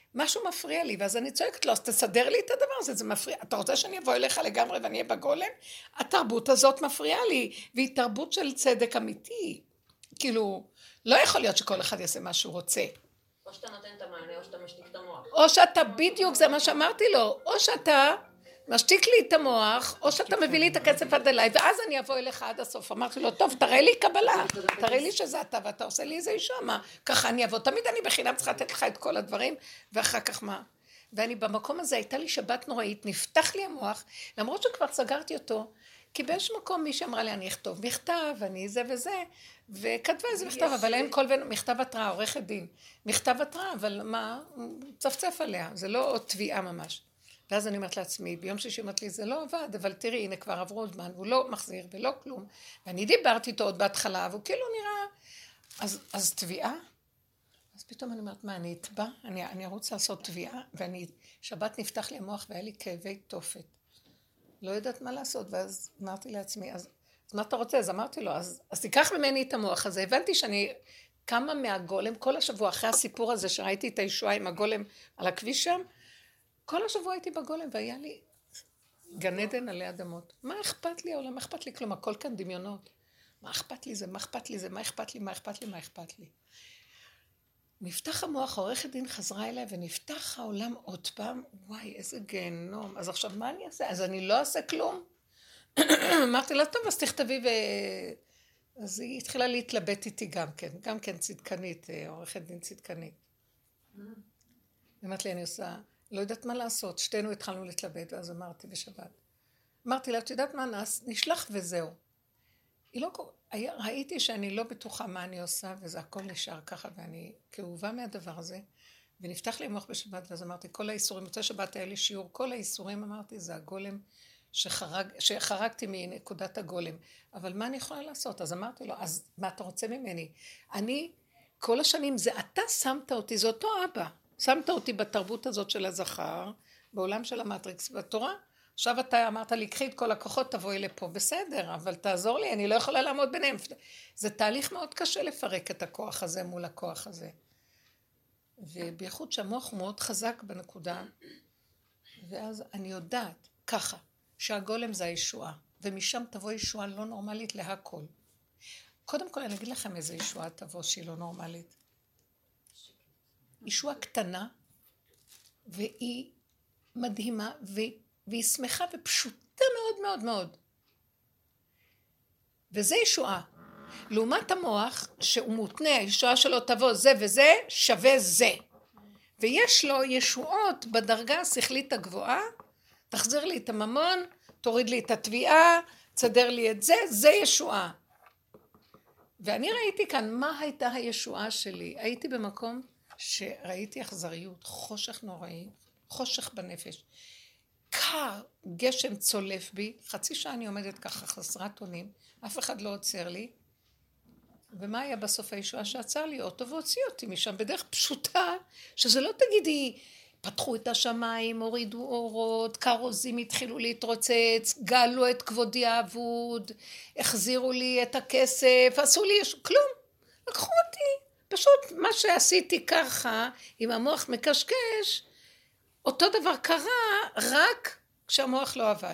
משהו מפריע לי, ואז אני צועקת לו, אז תסדר לי את הדבר הזה, זה מפריע. אתה רוצה שאני אבוא אליך לגמרי ואני אהיה בגולם? התרבות הזאת מפריעה לי, והיא תרבות של צדק אמיתי. כאילו, לא יכול להיות שכל אחד יעשה מה שהוא רוצה. או שאתה נותן את המענה, או שאתה משתיק את המוח. או שאתה, בדיוק, זה מה שאמרתי לו, או שאתה משתיק לי את המוח, או שאתה מביא לי את הכסף עד אליי, ואז אני אבוא אליך עד הסוף. אמרתי לו, טוב, תראה לי קבלה, תראה לי שזה אתה, ואתה עושה לי איזה אישה, מה? ככה אני אבוא, תמיד אני בחינם צריכה לתת לך את כל הדברים, ואחר כך מה? ואני במקום הזה, הייתה לי שבת נוראית, נפתח לי המוח, למרות שכבר סגרתי אותו, כי באיזשהו מקום מישהי אמרה לי, אני אכתוב מכתב, אני זה וזה, וכתבה איזה מכתב, אבל אין כל מכתב התראה, עורכת דין, מכתב התראה, אבל מה? צפצף עליה, זה לא עוד תביעה ממש. ואז אני אומרת לעצמי, ביום שישי אומרת לי, זה לא עבד, אבל תראי, הנה כבר עברו זמן, והוא לא מחזיר ולא כלום. ואני דיברתי איתו עוד בהתחלה, והוא כאילו נראה, אז, אז תביעה? אז פתאום אני אומרת, מה, אני אתבע? אני, אני ארוץ לעשות תביעה, ואני, שבת נפתח לי המוח והיה לי כאבי תופת. לא יודעת מה לעשות, ואז אמרתי לעצמי, אז, אז מה אתה רוצה? אז אמרתי לו, אז, אז תיקח ממני את המוח הזה. הבנתי שאני קמה מהגולם, כל השבוע אחרי הסיפור הזה, שראיתי את הישועה עם הגולם על הכביש שם, כל השבוע הייתי בגולם, והיה לי גן עדן עלי אדמות. מה אכפת לי העולם? מה אכפת לי? כלום, הכל כאן דמיונות. מה אכפת לי זה? מה אכפת לי זה? מה אכפת לי? מה אכפת לי? מה אכפת לי? נפתח המוח, העורכת דין חזרה אליי, ונפתח העולם עוד פעם. וואי, איזה גיהנום. אז עכשיו מה אני אעשה? אז אני לא אעשה כלום? אמרתי לה, טוב, אז תכתבי ו... אז היא התחילה להתלבט איתי גם כן. גם כן צדקנית, עורכת דין צדקנית. אמרת לי, אני עושה... לא יודעת מה לעשות, שתינו התחלנו להתלבט, ואז אמרתי בשבת. אמרתי לה, את יודעת מה, נשלח וזהו. היא לא, ראיתי שאני לא בטוחה מה אני עושה, וזה הכל נשאר ככה, ואני כאובה מהדבר הזה, ונפתח לי מוח בשבת, ואז אמרתי, כל האיסורים, מוצא שבת היה לי שיעור, כל האיסורים אמרתי, זה הגולם שחרג, שחרגתי מנקודת הגולם. אבל מה אני יכולה לעשות? אז אמרתי לו, אז מה אתה רוצה ממני? אני, כל השנים, זה אתה שמת אותי, זה אותו אבא. שמת אותי בתרבות הזאת של הזכר, בעולם של המטריקס בתורה, עכשיו אתה אמרת לי, קחי את כל הכוחות, תבואי לפה, בסדר, אבל תעזור לי, אני לא יכולה לעמוד ביניהם. זה תהליך מאוד קשה לפרק את הכוח הזה מול הכוח הזה. ובייחוד שהמוח הוא מאוד חזק בנקודה, ואז אני יודעת, ככה, שהגולם זה הישועה, ומשם תבוא ישועה לא נורמלית להכל. קודם כל אני אגיד לכם איזה ישועה תבוא שהיא לא נורמלית. ישועה קטנה, והיא מדהימה, והיא שמחה ופשוטה מאוד מאוד מאוד. וזה ישועה. לעומת המוח, שהוא מותנה, הישועה שלו תבוא זה וזה, שווה זה. ויש לו ישועות בדרגה השכלית הגבוהה, תחזיר לי את הממון, תוריד לי את התביעה, תסדר לי את זה, זה ישועה. ואני ראיתי כאן מה הייתה הישועה שלי. הייתי במקום שראיתי אכזריות, חושך נוראי, חושך בנפש. קר, גשם צולף בי, חצי שעה אני עומדת ככה חסרת אונים, אף אחד לא עוצר לי. ומה היה בסוף הישועה שעצר לי אוטו והוציא אותי משם בדרך פשוטה, שזה לא תגידי, פתחו את השמיים, הורידו אורות, קרוזים התחילו להתרוצץ, גאלו את כבודי האבוד, החזירו לי את הכסף, עשו לי כלום, לקחו אותי. פשוט מה שעשיתי ככה, עם המוח מקשקש, אותו דבר קרה רק כשהמוח לא עבד.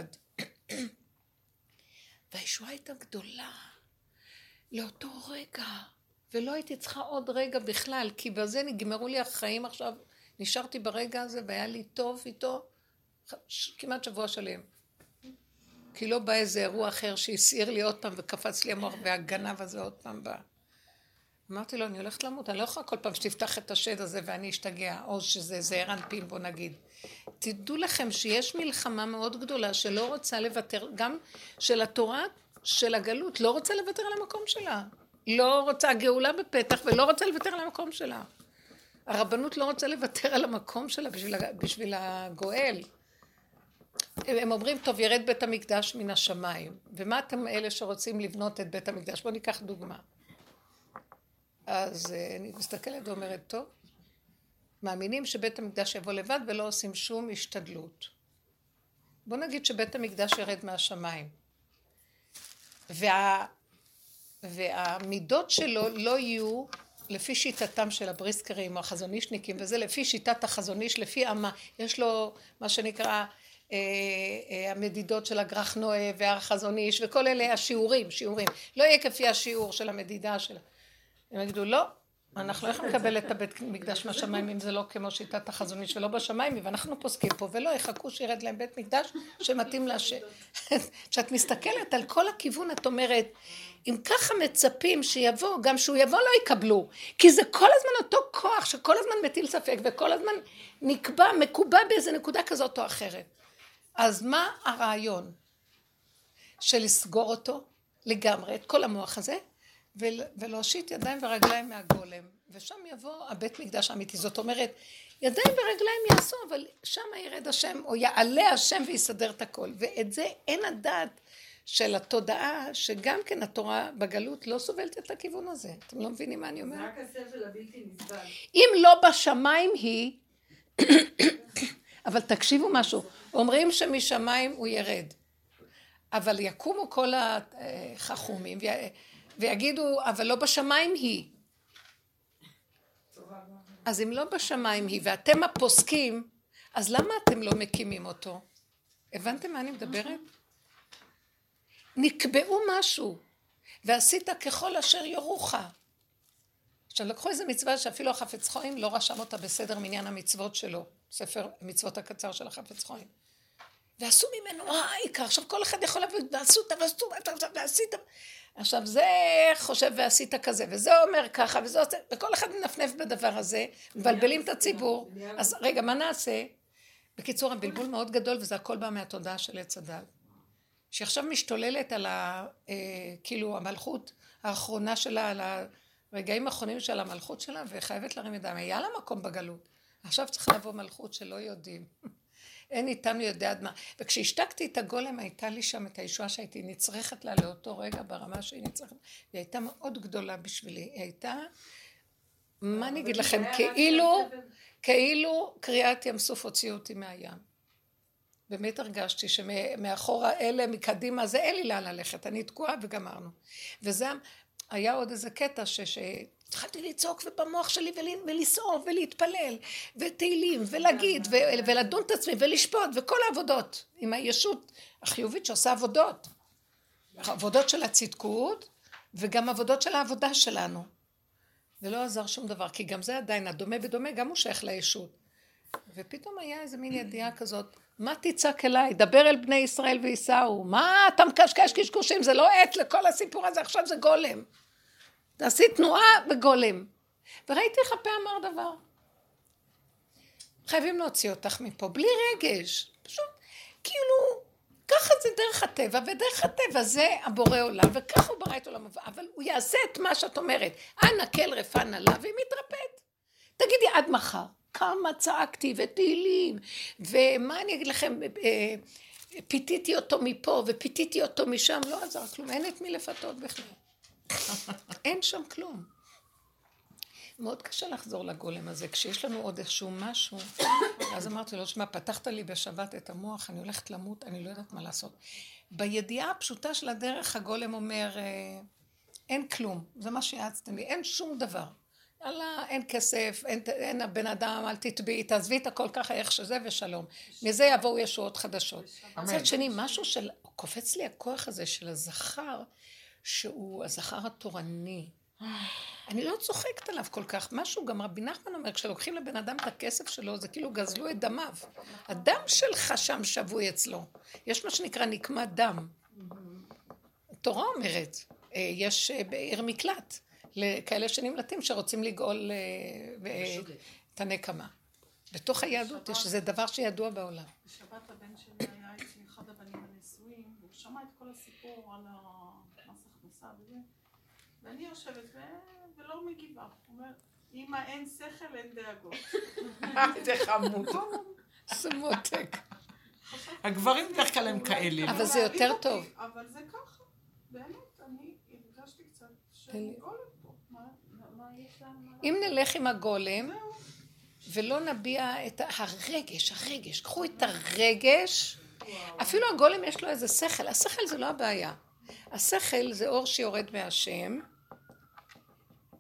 והישועה הייתה גדולה לאותו רגע, ולא הייתי צריכה עוד רגע בכלל, כי בזה נגמרו לי החיים עכשיו, נשארתי ברגע הזה והיה לי טוב איתו כמעט שבוע שלם. כי לא בא איזה אירוע אחר שהסעיר לי עוד פעם וקפץ לי המוח והגנב הזה עוד פעם בא. אמרתי לו, אני הולכת למות, אני לא יכולה כל פעם שתפתח את השד הזה ואני אשתגע, או שזה זעיר אנפין, בוא נגיד. תדעו לכם שיש מלחמה מאוד גדולה שלא רוצה לוותר, גם של התורה, של הגלות, לא רוצה לוותר על המקום שלה. לא רוצה, הגאולה בפתח ולא רוצה לוותר על המקום שלה. הרבנות לא רוצה לוותר על המקום שלה בשביל, בשביל הגואל. הם אומרים, טוב, ירד בית המקדש מן השמיים. ומה אתם אלה שרוצים לבנות את בית המקדש? בואו ניקח דוגמה. אז אני מסתכלת ואומרת, טוב, מאמינים שבית המקדש יבוא לבד ולא עושים שום השתדלות. בוא נגיד שבית המקדש ירד מהשמיים. וה, והמידות שלו לא יהיו לפי שיטתם של הבריסקרים או החזונישניקים, וזה לפי שיטת החזוניש, לפי אמה, יש לו מה שנקרא אה, אה, המדידות של הגרח נועה והחזוניש, וכל אלה השיעורים, שיעורים. לא יהיה כפי השיעור של המדידה שלה. הם יגידו, לא, אנחנו לא יכולים לקבל את הבית מקדש מהשמיים אם זה לא כמו שיטת החזוניש ולא בשמיים, ואנחנו פוסקים פה, ולא יחכו שירד להם בית מקדש שמתאים להשם. כשאת מסתכלת על כל הכיוון, את אומרת, אם ככה מצפים שיבוא, גם שהוא יבוא לא יקבלו, כי זה כל הזמן אותו כוח שכל הזמן מטיל ספק, וכל הזמן נקבע, מקובע באיזה נקודה כזאת או אחרת. אז מה הרעיון של לסגור אותו לגמרי, את כל המוח הזה, ולהושיט ידיים ורגליים מהגולם, ושם יבוא הבית מקדש האמיתי. זאת אומרת, ידיים ורגליים יעשו, אבל שם ירד השם, או יעלה השם ויסדר את הכל. ואת זה אין הדעת של התודעה, שגם כן התורה בגלות לא סובלת את הכיוון הזה. אתם לא מבינים מה אני אומרת? זה רק הסבל הבלתי נסבל. אם לא בשמיים היא, אבל תקשיבו משהו, אומרים שמשמיים הוא ירד, אבל יקומו כל החכומים ויגידו, אבל לא בשמיים היא. אז אם לא בשמיים היא, ואתם הפוסקים, אז למה אתם לא מקימים אותו? הבנתם מה אני מדברת? נקבעו משהו, ועשית ככל אשר יורוך. עכשיו לקחו איזה מצווה שאפילו החפץ חיים לא רשם אותה בסדר מניין המצוות שלו, ספר מצוות הקצר של החפץ חיים. ועשו ממנו העיקר, עכשיו כל אחד יכול להביא, ועשו אותה, ועשו אותה, ועשית. עכשיו זה חושב ועשית כזה, וזה אומר ככה, וזה עושה, וכל אחד מנפנף בדבר הזה, מבלבלים את הציבור. אז רגע, מה נעשה? בקיצור, הבלבול מאוד גדול, וזה הכל בא מהתודעה של עץ הדת. שעכשיו משתוללת על ה, אה, כאילו המלכות האחרונה שלה, על הרגעים האחרונים של המלכות שלה, וחייבת להרים ידיים. היה לה מקום בגלות. עכשיו צריך לבוא מלכות שלא יודעים. אין איתנו יודע עד מה. וכשהשתקתי את הגולם, הייתה לי שם את הישועה שהייתי נצרכת לה לאותו רגע ברמה שהיא נצרכת. היא הייתה מאוד גדולה בשבילי. היא הייתה, מה אני אגיד לכם, כאילו, כאילו קריאת ים סוף הוציאו אותי מהים. באמת הרגשתי שמאחורה אלה, מקדימה, זה אין לי לאן ללכת. אני תקועה וגמרנו. וזה היה עוד איזה קטע ש... התחלתי לצעוק ובמוח שלי ולסעור ולהתפלל ותהילים ולהגיד ולדון את עצמי ולשפוט וכל העבודות עם הישות החיובית שעושה עבודות. עבודות של הצדקות וגם עבודות של העבודה שלנו. ולא עזר שום דבר, כי גם זה עדיין הדומה בדומה, גם הוא שייך לישות. ופתאום היה איזה מין ידיעה כזאת, מה תצעק אליי? דבר אל בני ישראל ויסעו. מה אתה מקשקש קשקושים? זה לא עת לכל הסיפור הזה, עכשיו זה גולם. תעשי תנועה בגולם. וראיתי איך הפה אמר דבר. חייבים להוציא אותך מפה, בלי רגש. פשוט, כאילו, ככה זה דרך הטבע, ודרך הטבע זה הבורא עולם, וככה הוא ברא את עולם, אבל הוא יעשה את מה שאת אומרת. אנא כל רפן עליו, והיא מתרפאת. תגידי עד מחר, כמה צעקתי ותהילים, ומה אני אגיד לכם, פיתיתי אותו מפה, ופיתיתי אותו משם, לא עזר כלום, אין את מי לפתות בכלל. אין שם כלום. מאוד קשה לחזור לגולם הזה, כשיש לנו עוד איזשהו משהו, אז אמרתי לו, שמה, פתחת לי בשבת את המוח, אני הולכת למות, אני לא יודעת מה לעשות. בידיעה הפשוטה של הדרך, הגולם אומר, אין כלום, זה מה שיעצתם לי, אין שום דבר. יאללה, אין כסף, אין, אין הבן אדם, אל תטביעי, תעזבי את הכל ככה, איך שזה ושלום. מזה יבואו ישועות חדשות. מצד שני, משהו של, קופץ לי הכוח הזה של הזכר, שהוא הזכר התורני. אני לא צוחקת עליו כל כך. משהו, גם רבי נחמן אומר, כשלוקחים לבן אדם את הכסף שלו, זה כאילו גזלו את דמיו. הדם שלך שם שבוי אצלו. יש מה שנקרא נקמת דם. התורה אומרת, יש בעיר מקלט, לכאלה שנמלטים שרוצים לגאול את הנקמה. בתוך היהדות יש שזה דבר שידוע בעולם. בשבת הבן שלי היה אצלי אחד הבנים הנשואים, והוא שמע את כל הסיפור על המס הכנסה וזה, ואני יושבת ו... ולא מגיבה. הוא אומר, אמא אין שכל, אין דאגות. זה חמוד. זה מותק. הגברים בדרך כלל הם כאלה. אבל זה יותר טוב. אבל זה ככה. באמת, אני הרגשתי קצת שאני גולת פה. מה יש לנו? אם נלך עם הגולם, ולא נביע את הרגש, הרגש, קחו את הרגש, אפילו הגולם יש לו איזה שכל, השכל זה לא הבעיה. השכל זה אור שיורד מהשם,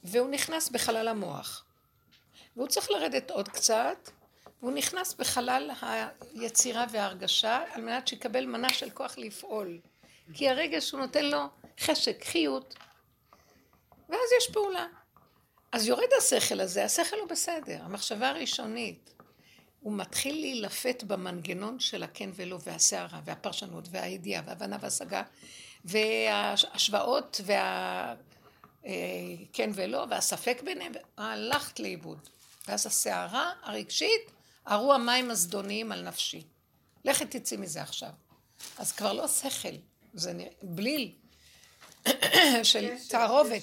והוא נכנס בחלל המוח. והוא צריך לרדת עוד קצת, והוא נכנס בחלל היצירה וההרגשה, על מנת שיקבל מנה של כוח לפעול. כי הרגש הוא נותן לו חשק, חיות, ואז יש פעולה. אז יורד השכל הזה, השכל הוא בסדר, המחשבה הראשונית. הוא מתחיל להילפת במנגנון של הכן ולא והסערה, והפרשנות, והידיעה, והבנה והשגה, וההשוואות, והכן ולא, והספק ביניהם, הלכת לאיבוד. ואז הסערה הרגשית, הרו המים הזדוניים על נפשי. לכת תצאי מזה עכשיו. אז כבר לא שכל, זה בליל של תערובת.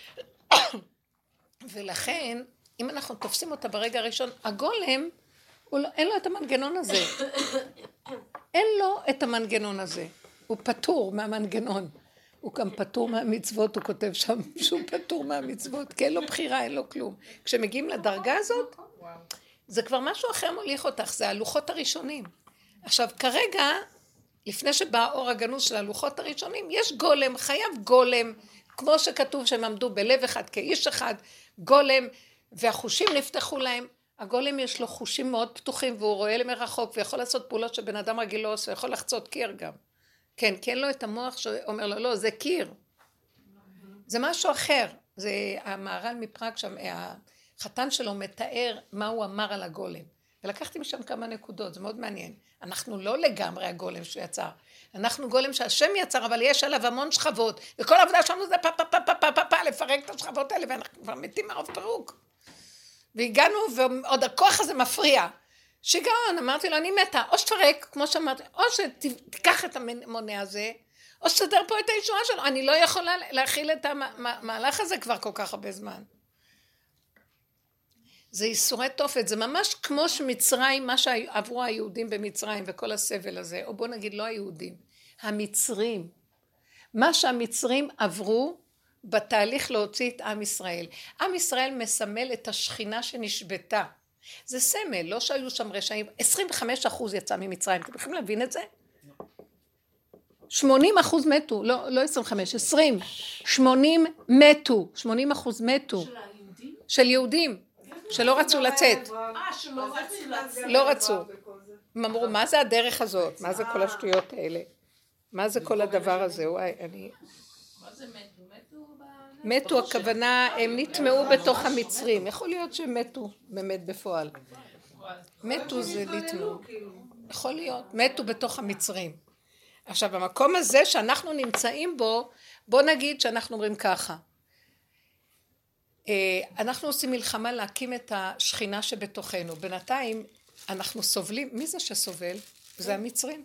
ולכן, אם אנחנו תופסים אותה ברגע הראשון, הגולם, לא, אין לו את המנגנון הזה. אין לו את המנגנון הזה. הוא פטור מהמנגנון. הוא גם פטור מהמצוות, הוא כותב שם שהוא פטור מהמצוות, כי אין לו בחירה, אין לו כלום. כשמגיעים לדרגה הזאת, זה כבר משהו אחר מוליך אותך, זה הלוחות הראשונים. עכשיו, כרגע, לפני שבא האור הגנוז של הלוחות הראשונים, יש גולם, חייב גולם, כמו שכתוב שהם עמדו בלב אחד, כאיש אחד, גולם, והחושים נפתחו להם. הגולם יש לו חושים מאוד פתוחים, והוא רואה למרחוק, ויכול לעשות פעולות שבן אדם רגיל לא עושה, ויכול לחצות קיר גם. כן, כי אין לו את המוח שאומר לו, לא, זה קיר. זה משהו אחר. זה המהר"ל מפראג שם, החתן שלו מתאר מה הוא אמר על הגולם. ולקחתי משם כמה נקודות, זה מאוד מעניין. אנחנו לא לגמרי הגולם שיצר. אנחנו גולם שהשם יצר, אבל יש עליו המון שכבות. וכל העבודה שלנו זה פה פה פה פה פה פה פה לפרק את השכבות האלה, ואנחנו כבר מתים מרוב פירוק. והגענו, ועוד הכוח הזה מפריע. שיגעון, אמרתי לו, אני מתה, או שתפרק, כמו שאמרתי, או שתיקח את המונה הזה, או שתדר פה את הישועה שלו. אני לא יכולה להכיל את המהלך הזה כבר כל כך הרבה זמן. זה ייסורי תופת, זה ממש כמו שמצרים, מה שעברו היהודים במצרים וכל הסבל הזה, או בוא נגיד לא היהודים, המצרים. מה שהמצרים עברו בתהליך להוציא את עם ישראל. עם ישראל מסמל את השכינה שנשבתה. זה סמל, לא שהיו שם רשעים, עשרים וחמישה אחוז יצא ממצרים, אתם יכולים להבין את זה? שמונים אחוז מתו, לא, לא עשרים וחמש, עשרים, שמונים מתו, שמונים אחוז מתו. של היהודים? של יהודים, שלא רצו לצאת. אה, שלא רצו לצאת. לא רצו. הם אמרו, מה זה הדרך הזאת? מה זה כל השטויות האלה? מה זה כל הדבר הזה? וואי, אני... מה זה מתו? מתו ב... מתו, הכוונה, הם נטמעו בתוך המצרים. יכול להיות שהם מתו באמת בפועל. מתו זה נטמעו. יכול להיות, מתו בתוך המצרים. עכשיו, במקום הזה שאנחנו נמצאים בו, בוא נגיד שאנחנו אומרים ככה. אנחנו עושים מלחמה להקים את השכינה שבתוכנו. בינתיים אנחנו סובלים, מי זה שסובל? זה המצרים.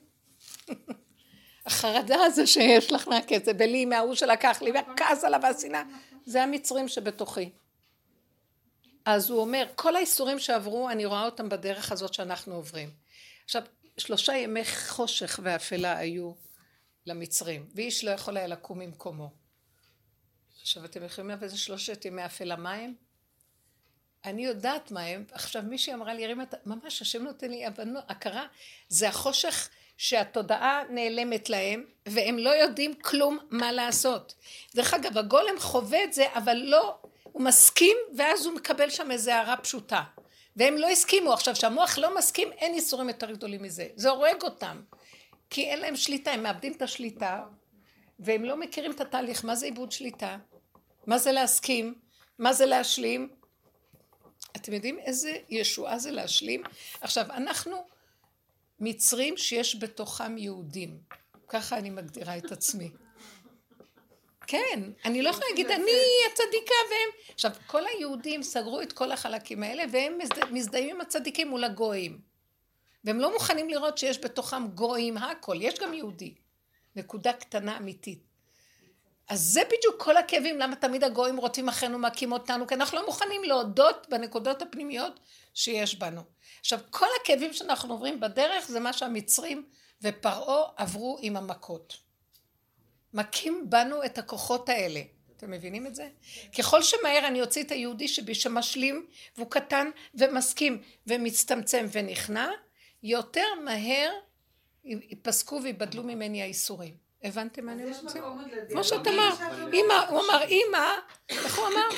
החרדה הזו שיש לך מהקצה, בלי מההוא שלקח לי, והכעס עליו והשנאה, זה המצרים שבתוכי. אז הוא אומר, כל האיסורים שעברו, אני רואה אותם בדרך הזאת שאנחנו עוברים. עכשיו, שלושה ימי חושך ואפלה היו למצרים, ואיש לא יכול היה לקום ממקומו. עכשיו, אתם יכולים להבין איזה שלושת ימי אפלה מה הם? אני יודעת מה הם, עכשיו מישהי אמרה לי, ירים את... ממש, השם נותן לי הבנות, הכרה, זה החושך שהתודעה נעלמת להם, והם לא יודעים כלום מה לעשות. דרך אגב, הגולם חווה את זה, אבל לא, הוא מסכים, ואז הוא מקבל שם איזו הערה פשוטה. והם לא הסכימו. עכשיו, שהמוח לא מסכים, אין איסורים יותר גדולים מזה. זה הורג אותם. כי אין להם שליטה, הם מאבדים את השליטה, והם לא מכירים את התהליך. מה זה איבוד שליטה? מה זה להסכים? מה זה להשלים? אתם יודעים איזה ישועה זה להשלים? עכשיו, אנחנו מצרים שיש בתוכם יהודים. ככה אני מגדירה את עצמי. כן, אני לא יכולה להגיד, אני הצדיקה והם... עכשיו, כל היהודים סגרו את כל החלקים האלה, והם מזדהים עם הצדיקים מול הגויים. והם לא מוכנים לראות שיש בתוכם גויים הכל, יש גם יהודי. נקודה קטנה אמיתית. אז זה בדיוק כל הכאבים, למה תמיד הגויים רוצים אחרינו, מכים אותנו, כי אנחנו לא מוכנים להודות בנקודות הפנימיות שיש בנו. עכשיו, כל הכאבים שאנחנו עוברים בדרך, זה מה שהמצרים ופרעה עברו עם המכות. מכים בנו את הכוחות האלה. אתם מבינים את זה? ככל שמהר אני אוציא את היהודי שבי שמשלים, והוא קטן ומסכים ומצטמצם ונכנע, יותר מהר ייפסקו ויבדלו ממני האיסורים. הבנתם מה אני רוצה? כמו שאת אמר, אמא, הוא אמר, אמא, איך הוא אמר?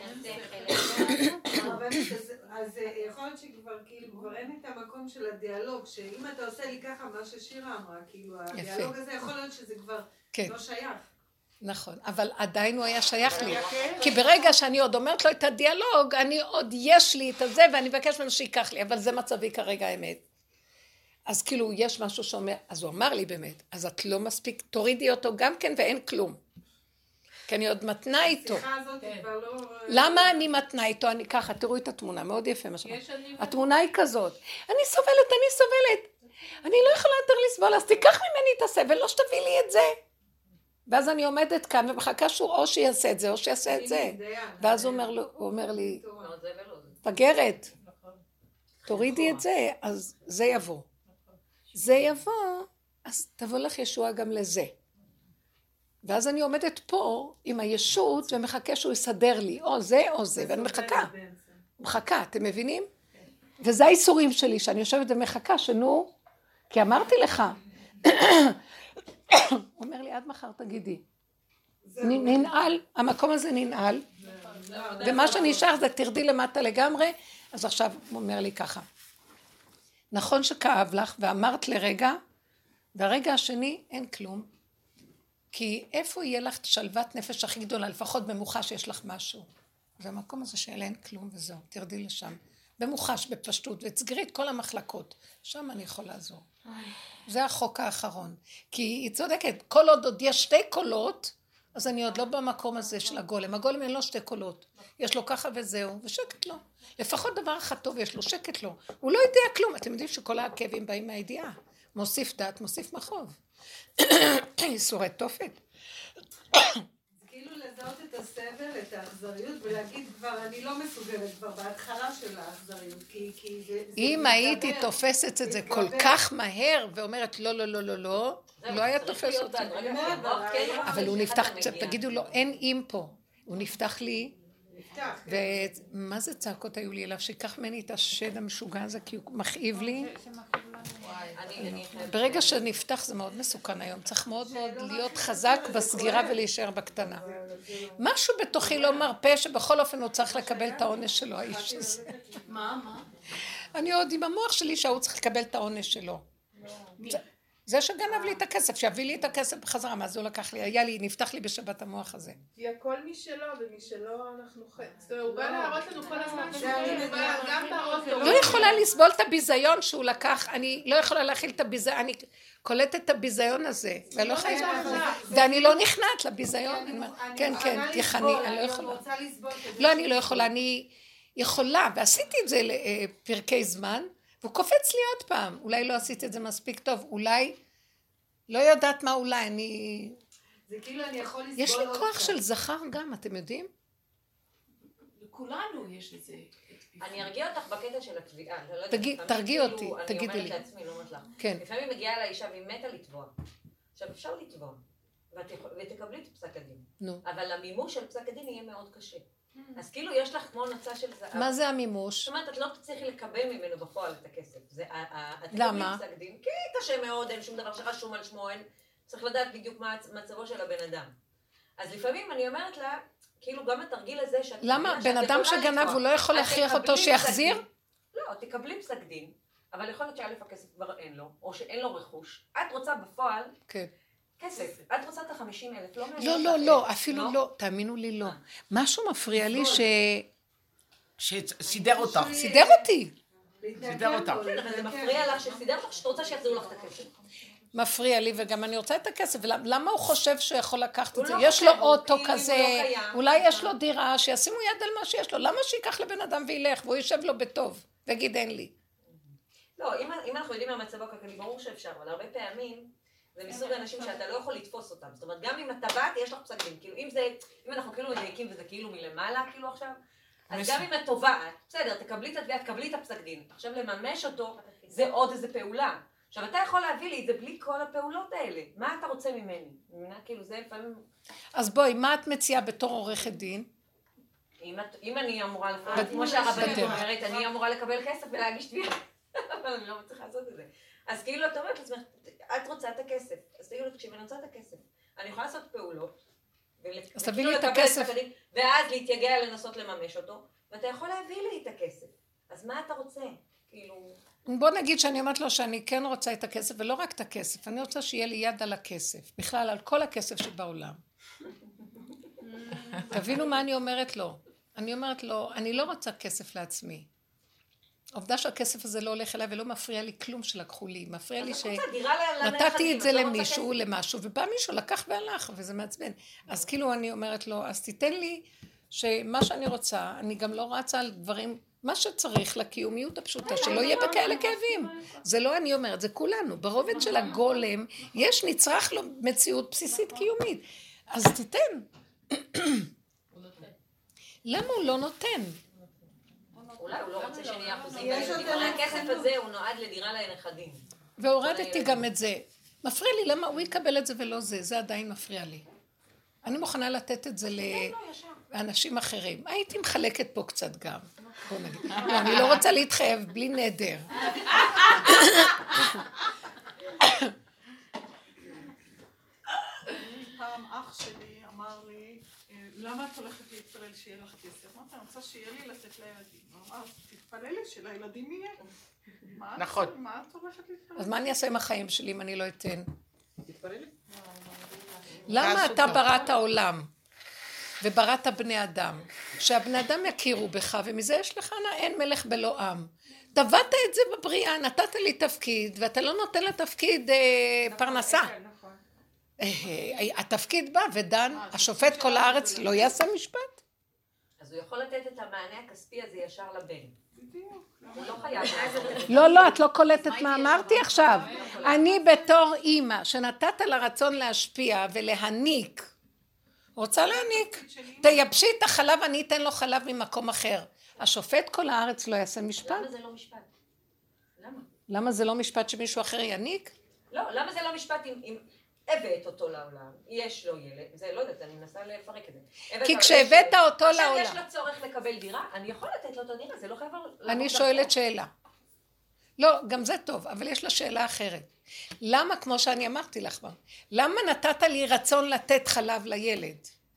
אז יכול להיות שכבר כאילו כבר אין את המקום של הדיאלוג, שאם אתה עושה לי ככה מה ששירה אמרה, כאילו הדיאלוג הזה יכול להיות שזה כבר לא שייך. נכון, אבל עדיין הוא היה שייך לי, כי ברגע שאני עוד אומרת לו את הדיאלוג, אני עוד יש לי את הזה ואני מבקש ממנו שיקח לי, אבל זה מצבי כרגע האמת. אז כאילו יש משהו שאומר, אז הוא אמר לי באמת, אז את לא מספיק, תורידי אותו גם כן ואין כלום. כי אני עוד מתנה איתו. למה אני מתנה איתו? אני ככה, תראו את התמונה, מאוד יפה מה שאומר. התמונה היא כזאת, אני סובלת, אני סובלת, אני לא יכולה יותר לסבול, אז תיקח ממני את הסבל, לא שתביא לי את זה. ואז אני עומדת כאן ומחכה שהוא או שיעשה את זה או שיעשה את זה. ואז הוא אומר לי, פגרת, תורידי את זה, אז זה יבוא. זה יבוא, אז תבוא לך ישוע גם לזה. ואז אני עומדת פה עם הישות ומחכה שהוא יסדר לי, או זה או זה, ואני מחכה. מחכה, אתם מבינים? וזה האיסורים שלי, שאני יושבת ומחכה, שנו, כי אמרתי לך, הוא אומר לי, עד מחר תגידי. ננעל, המקום הזה ננעל, ומה שנשאר זה תרדי למטה לגמרי, אז עכשיו הוא אומר לי ככה. נכון שכאב לך, ואמרת לרגע, והרגע השני אין כלום, כי איפה יהיה לך שלוות נפש הכי גדולה, לפחות במוחש שיש לך משהו. והמקום הזה שאלה אין כלום וזהו, תרדי לשם. במוחש, בפשטות, ותסגרי את כל המחלקות. שם אני יכול לעזור. זה החוק האחרון. כי היא צודקת, כל עוד עוד יש שתי קולות, אז אני עוד לא במקום הזה של הגולם. הגולם אין לו שתי קולות. יש לו ככה וזהו, ושקט לו. לפחות דבר אחד טוב יש לו, שקט לו. הוא לא יודע כלום. אתם יודעים שכל העקבים באים מהידיעה. מוסיף דת, מוסיף מחוב. איסורי תופת. כאילו לזהות את הסבל, את האכזריות, ולהגיד כבר, אני לא מסוגלת כבר בהתחלה של האכזריות, כי זה... אם הייתי תופסת את זה כל כך מהר, ואומרת לא, לא, לא, לא, לא, לא היה תופס אותי. אבל הוא נפתח, תגידו לו, אין אם פה. הוא נפתח לי, ומה זה צעקות היו לי אליו, שיקח ממני את השד המשוגע הזה, כי הוא מכאיב לי. ברגע שנפתח זה מאוד מסוכן היום, צריך מאוד מאוד להיות חזק בסגירה ולהישאר בקטנה. משהו בתוכי לא מרפא שבכל אופן הוא צריך לקבל את העונש שלו, האיש הזה. מה? מה? אני עוד עם המוח שלי שהוא צריך לקבל את העונש שלו. זה שגנב לי את הכסף, שיביא לי את הכסף בחזרה, מה זה הוא לקח לי, היה לי, נפתח לי בשבת המוח הזה. כי הכל משלו, ומשלו אנחנו חצי. הוא בא להראות לנו כל הזמן, הוא בא גם באוטו. לא יכולה לסבול את הביזיון שהוא לקח, אני לא יכולה להכיל את הביזיון, אני קולטת את הביזיון הזה, ואני לא נכנעת לביזיון. כן, כן, תיכני, אני לא יכולה. לא, אני לא יכולה, אני יכולה, ועשיתי את זה לפרקי זמן, והוא קופץ לי עוד פעם, אולי לא עשית את זה מספיק טוב, אולי, לא יודעת מה אולי, אני... זה כאילו אני יכול לסבול... יש לי כוח של זכר גם, אתם יודעים? לכולנו יש את זה. אני ארגיע אותך בקטע של התביעה. תרגיע אותי, תגידי לי. אני אומרת לעצמי, לא אומרת לך. לפעמים מגיעה לאישה והיא מתה לתבוע. עכשיו אפשר לתבוע, ותקבלי את פסק הדין. אבל המימוש של פסק הדין יהיה מאוד קשה. אז כאילו יש לך כמו נוצה של זהב. מה זה המימוש? זאת אומרת, את לא צריכי לקבל ממנו בפועל את הכסף. למה? כי קשה מאוד, אין שום דבר שרשום על שמו, צריך לדעת בדיוק מה מצבו של הבן אדם. אז לפעמים אני אומרת לה, כאילו גם התרגיל הזה שאת... למה? בן אדם שגנב הוא לא יכול להכריח אותו שיחזיר? לא, תקבלי פסק דין, אבל יכול להיות שא' הכסף כבר אין לו, או שאין לו רכוש. את רוצה בפועל... כן. כסף, את רוצה את החמישים אלף, לא מעניין. לא, לא, לא, אפילו לא, תאמינו לי לא. משהו מפריע לי ש... שסידר אותך. סידר אותי. סידר אותך. כן, אבל זה מפריע לך שסידר אותך, שאתה רוצה שיחזירו לך את הכסף. מפריע לי, וגם אני רוצה את הכסף, ולמה הוא חושב שהוא יכול לקחת את זה? יש לו אוטו כזה, אולי יש לו דירה, שישימו יד על מה שיש לו, למה שיקח לבן אדם וילך, והוא יושב לו בטוב, ויגיד אין לי. לא, אם אנחנו יודעים מהמצבו הכלכלי, ברור שאפשר, אבל הרבה פעמים, זה מסוג האנשים שאתה לא יכול לתפוס אותם. זאת אומרת, גם אם אתה באת, יש לך פסק דין. כאילו, אם זה, אם אנחנו כאילו מדייקים וזה כאילו מלמעלה, כאילו עכשיו, אז גם אם את טובעת, בסדר, תקבלי את התביעה, תקבלי את הפסק דין. עכשיו לממש אותו, זה עוד איזה פעולה. עכשיו, אתה יכול להביא לי את זה בלי כל הפעולות האלה. מה אתה רוצה ממני? מבינה? כאילו, זה לפעמים... אז בואי, מה את מציעה בתור עורכת דין? אם אני אמורה לפעול, כמו שהרבנית אומרת, אני אמורה לקבל כסף ולהגיש תביעה. אבל אני לא מצליחה לעשות את זה. אז כאילו, את אומרת לעצמך, את רוצה את הכסף. אז תגידו, תקשיב, אני רוצה את הכסף. אני יכולה לעשות פעולות, אז תביא לי את הכסף. ואז להתייגע לנסות לממש אותו, ואתה יכול להביא לי את הכסף. אז מה אתה רוצה? כאילו... בוא נגיד שאני אומרת לו שאני כן רוצה את הכסף, ולא רק את הכסף, אני רוצה שיהיה לי יד על הכסף, בכלל על כל הכסף שבעולם. תבינו מה אני אומרת לו. אני אומרת לו, אני לא רוצה כסף לעצמי. העובדה שהכסף הזה לא הולך אליי ולא מפריע לי כלום שלקחו לי, מפריע לי שנתתי את זה למישהו, למשהו, ובא מישהו לקח והלך, וזה מעצבן. אז כאילו אני אומרת לו, אז תיתן לי שמה שאני רוצה, אני גם לא רצה על דברים, מה שצריך לקיומיות הפשוטה, שלא יהיה בכאלה כאבים. זה לא אני אומרת, זה כולנו. ברובד של הגולם, יש נצרך לו מציאות בסיסית קיומית. אז תיתן. למה הוא לא נותן? אולי הוא לא רוצה שנהיה אחוזים בילדים, אבל הכסף הזה הוא נועד לדירה לנכדים. והורדתי גם את זה. מפריע לי, למה הוא יקבל את זה ולא זה? זה עדיין מפריע לי. אני מוכנה לתת את זה לאנשים אחרים. הייתי מחלקת פה קצת גם. בוא נגיד. לא, אני לא רוצה להתחייב, בלי נדר. פעם אח שלי אמר לי, למה את הולכת לישראל שיהיה לך כסף? אמרתי, אני רוצה שיהיה לי לתת לילדים. הוא אמר, תתפללי שלילדים יהיה. נכון. מה את הולכת להתפלל? אז מה אני אעשה עם החיים שלי אם אני לא אתן? תתפללי. למה אתה בראת העולם ובראת בני אדם? שהבני אדם יכירו בך ומזה יש לך אין מלך בלא עם. טבעת את זה בבריאה, נתת לי תפקיד ואתה לא נותן לתפקיד פרנסה. התפקיד בא ודן, השופט כל הארץ לא יעשה משפט? אז הוא יכול לתת את המענה הכספי הזה ישר לבן. הוא לא חייב. לא, לא, את לא קולטת מה אמרתי עכשיו. אני בתור אימא שנתת לרצון להשפיע ולהניק, רוצה להניק, תייבשי את החלב, אני אתן לו חלב ממקום אחר. השופט כל הארץ לא יעשה משפט? למה זה לא משפט? למה? למה זה לא משפט שמישהו אחר יניק? לא, למה זה לא משפט אם הבאת אותו לעולם, יש לו ילד, זה לא יודעת, אני מנסה לפרק את זה. כי כשהבאת אותו לעולם... עכשיו יש לו צורך לקבל דירה, אני יכול לתת לו את הדירה, זה לא חייב... אני שואלת שאלה. לא, גם זה טוב, אבל יש לה שאלה אחרת. למה, כמו שאני אמרתי לך, למה נתת לי רצון לתת חלב לילד?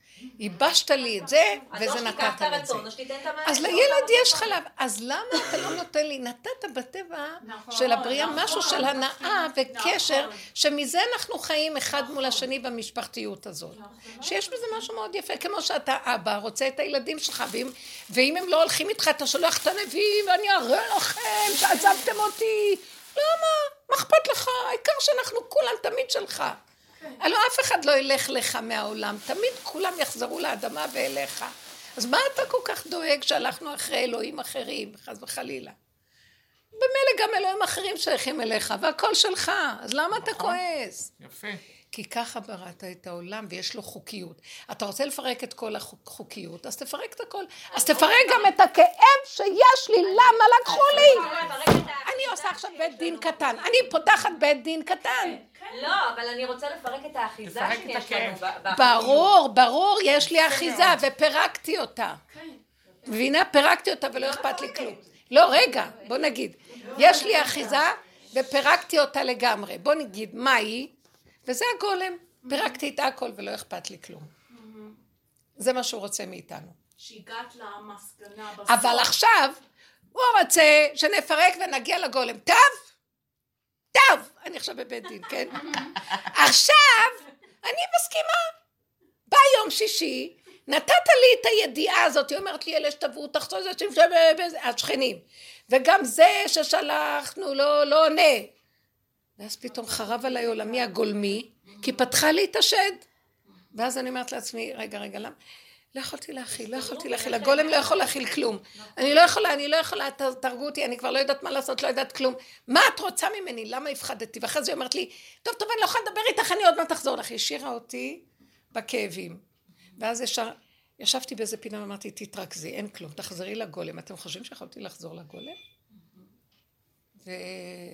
ייבשת לי את זה, וזה נתת לי את זה. אז לילד יש חלב, אז למה אתה לא נותן לי? נתת בטבע של הבריאה משהו של הנאה וקשר, שמזה אנחנו חיים אחד מול השני במשפחתיות הזאת. שיש בזה משהו מאוד יפה, כמו שאתה אבא, רוצה את הילדים שלך, ואם הם לא הולכים איתך, אתה שולח את הנביאים, ואני אראה לכם שעזבתם אותי. למה? מה אכפת לך? העיקר שאנחנו כולם תמיד שלך. הלוא אף אחד לא ילך לך מהעולם, תמיד כולם יחזרו לאדמה ואליך. אז מה אתה כל כך דואג שהלכנו אחרי אלוהים אחרים, חס וחלילה? במילא גם אלוהים אחרים שייכים אליך, והכל שלך, אז למה אתה כועס? יפה. כי ככה בראת את העולם ויש לו חוקיות. אתה רוצה לפרק את כל החוקיות, אז תפרק את הכל. אז תפרק גם את הכאב שיש לי, למה לקחו לי? אני עושה עכשיו בית דין קטן, אני פותחת בית דין קטן. לא, אבל אני רוצה לפרק את האחיזה שיש לנו. ברור, ברור, יש לי אחיזה ופרקתי אותה. מבינה? פרקתי אותה ולא אכפת לי כלום. לא, רגע, בוא נגיד. יש לי אחיזה ופרקתי אותה לגמרי. בוא נגיד, מה היא? וזה הגולם, פירקתי את הכל ולא אכפת לי כלום. זה מה שהוא רוצה מאיתנו. שהגעת למסקנה בסוף. אבל עכשיו, הוא רוצה שנפרק ונגיע לגולם. טוב? טוב! אני עכשיו בבית דין, כן? עכשיו, אני מסכימה. בא יום שישי, נתת לי את הידיעה הזאת, היא אומרת לי, אלה שתבואו, תחזור את זה, השכנים. וגם זה ששלחנו, לא, לא עונה. ואז פתאום חרב עליי עולמי הגולמי, כי פתחה לי את השד. ואז אני אומרת לעצמי, רגע, רגע, למה? לא יכולתי להכיל, לא יכולתי להכיל, הגולם לא יכול להכיל כלום. אני לא יכולה, אני לא יכולה, תרגו אותי, אני כבר לא יודעת מה לעשות, לא יודעת כלום. מה את רוצה ממני? למה הפחדתי? ואחרי זה היא אומרת לי, טוב, טוב, אני לא יכולה לדבר איתך, אני עוד מעט תחזור לך. היא השאירה אותי בכאבים. ואז ישר, ישבתי באיזה פינה ואמרתי, תתרכזי, אין כלום, תחזרי לגולם. אתם חושבים שיכולתי לחזור לגולם? ו...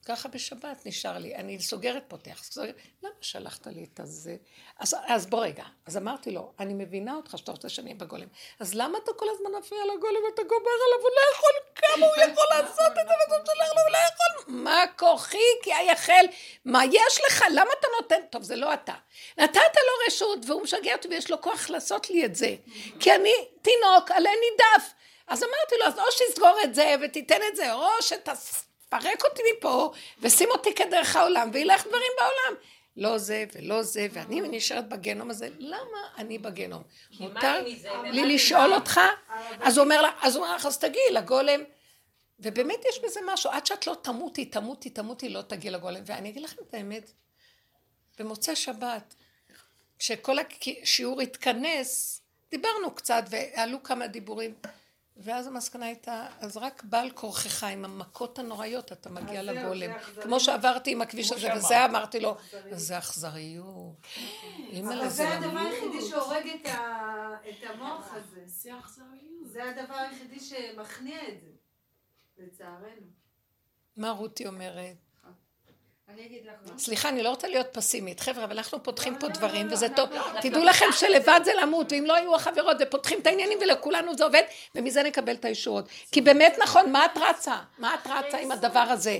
ככה בשבת נשאר לי, אני סוגרת פותח, סוגרת, למה שלחת לי את הזה? אז, אז בוא רגע, אז אמרתי לו, אני מבינה אותך שאתה רוצה שאני אהיה בגולם, אז למה אתה כל הזמן מפריע לגולם ואתה גומר עליו, הוא לא יכול, כמה הוא יכול לעשות את זה, ואתה שולח לו, הוא לא יכול, מה כוחי, כי היחל, מה יש לך, למה אתה נותן, טוב זה לא אתה, נתת לו רשות והוא משגע אותי ויש לו כוח לעשות לי את זה, כי אני תינוק, עלי נידף, אז אמרתי לו, אז או שתסגור את זה ותיתן את זה, או שתס... פרק אותי מפה, ושים אותי כדרך העולם, וילך דברים בעולם. לא זה ולא זה, ואני נשארת בגנום הזה. למה אני בגנום? מותר לי לשאול אותך? אז הוא אומר לה, אז הוא אומר לך, אז תגיעי לגולם. ובאמת יש בזה משהו, עד שאת לא תמותי, תמותי, תמותי, לא תגיעי לגולם. ואני אגיד לכם את האמת, במוצאי שבת, כשכל השיעור התכנס, דיברנו קצת, ועלו כמה דיבורים, ואז המסקנה הייתה, אז רק בעל כורכך עם המכות הנוראיות, אתה מגיע לגולם. כמו שעברתי עם הכביש הזה, וזה אמרתי לו, זה אכזריות. אבל זה הדבר היחידי שהורג את המוח הזה. זה אכזריות. זה הדבר היחידי שמכניע את זה, לצערנו. מה רותי אומרת? אני אגיד לך מה. סליחה, אני לא רוצה להיות פסימית. חבר'ה, אבל אנחנו פותחים פה דברים, וזה טוב. תדעו לכם שלבד זה למות, ואם לא היו החברות, ופותחים את העניינים, ולכולנו זה עובד, ומזה נקבל את הישועות. כי באמת נכון, מה את רצה? מה את רצה עם הדבר הזה?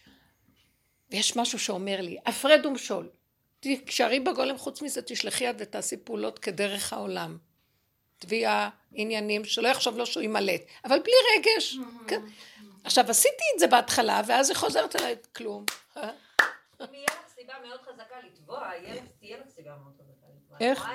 ויש משהו שאומר לי, הפרד ומשול. תקשרי בגולם, חוץ מזה, תשלחי יד ותעשי פעולות כדרך העולם. תביעה עניינים, שלא יחשוב לו שהוא ימלט, אבל בלי רגש. עכשיו, עשיתי את זה בהתחלה, ואז היא חוזרת אליי, כלום. אם יהיה לך סיבה מאוד חזקה לתבוע, תהיה לך סיבה מאוד חזקה לתבוע. איך?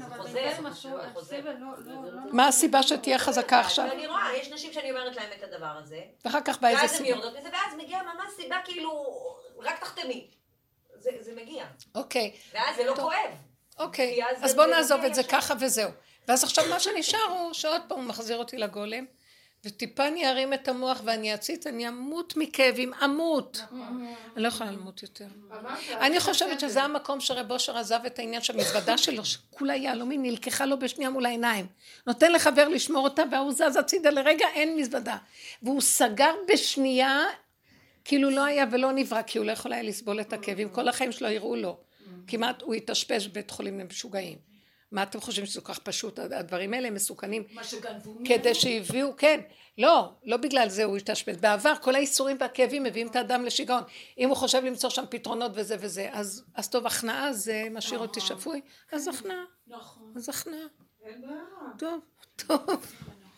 זה חוזר. מה הסיבה שתהיה חזקה עכשיו? ואני רואה, יש נשים שאני אומרת להם את הדבר הזה. ואחר כך בא איזה ואז הן סיבה. יורדות מזה, ואז מגיע ממש סיבה כאילו, רק תחתמי. זה מגיע. אוקיי. ואז זה לא כואב. אוקיי, אז בוא נעזוב את זה ככה וזהו. ואז עכשיו מה שנשאר הוא שעוד פעם הוא מחזיר אותי לגולם, וטיפה אני ארים את המוח ואני אציץ, אני אמות מכאבים, אמות. אני לא יכולה למות יותר. אני חושבת שזה המקום שרב אושר עזב את העניין שהמזוודה שלו, שכולה יהלומים, נלקחה לו בשנייה מול העיניים. נותן לחבר לשמור אותה, והוא זז הצידה לרגע, אין מזוודה. והוא סגר בשנייה, כאילו לא היה ולא נברא, כי הוא לא יכול היה לסבול את הכאבים. כל החיים שלו יראו לו. כמעט הוא התאשפש בבית חולים למשוגעים. מה אתם חושבים שזה כל כך פשוט? הדברים האלה הם מסוכנים. מה שגנבו ממנו? כדי שיביאו, כן. לא, לא בגלל זה הוא יתאשפז. בעבר כל האיסורים והכאבים מביאים את האדם לשיגעון. אם הוא חושב למצוא שם פתרונות וזה וזה, אז, אז טוב, הכנעה זה משאיר אותי שפוי, אז הכנעה. נכון. אז הכנעה. אין בעיה. טוב, טוב.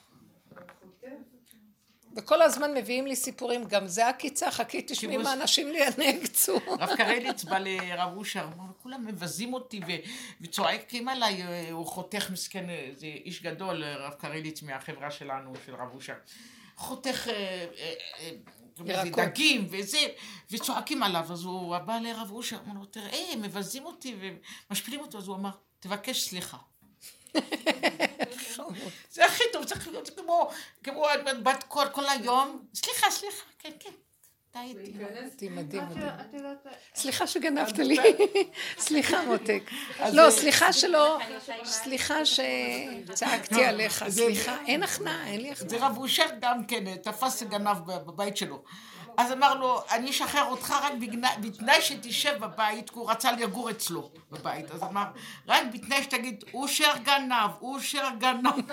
וכל הזמן מביאים לי סיפורים, גם זה הקיצה, חכי תשמעי מה אנשים לי הנגצו. רב קרליץ בא לרב אושר, אמר, כולם מבזים אותי וצועקים עליי, הוא חותך מסכן, זה איש גדול, רב קרליץ מהחברה שלנו, של רב אושר. חותך דגים וזה, וצועקים עליו, אז הוא בא לרב אושר, אמר לו, תראה, מבזים אותי ומשפילים אותו, אז הוא אמר, תבקש סליחה. זה הכי טוב, צריך להיות כמו, כמו בת קול כל היום, סליחה, סליחה, כן, כן, טעיתי. מדהים, מדהים. סליחה שגנבת לי, סליחה מותק. לא, סליחה שלא, סליחה שצעקתי עליך, סליחה, אין הכנעה, אין לי הכנעה. זה רב אושר גם כן, תפס גנב בבית שלו. אז אמר לו, אני אשחרר אותך רק בתנאי שתשב בבית, כי הוא רצה לגור אצלו בבית. אז אמר, רק בתנאי שתגיד, אושר גנב, אושר גנב.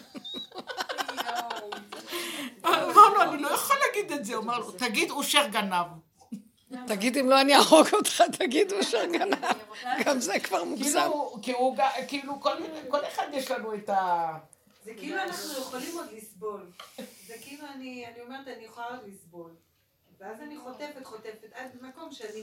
אמר לו, אני לא יכול להגיד את זה. הוא אמר לו, תגיד אושר גנב. תגיד, אם לא אני ארוג אותך, תגיד אושר גנב. גם זה כבר מוגזם. כאילו, כל אחד יש לנו את ה... זה כאילו אנחנו יכולים עוד לסבול. זה כאילו אני אומרת, אני יכולה עוד לסבול. ואז אני חוטפת, חוטפת, עד מקום שאני...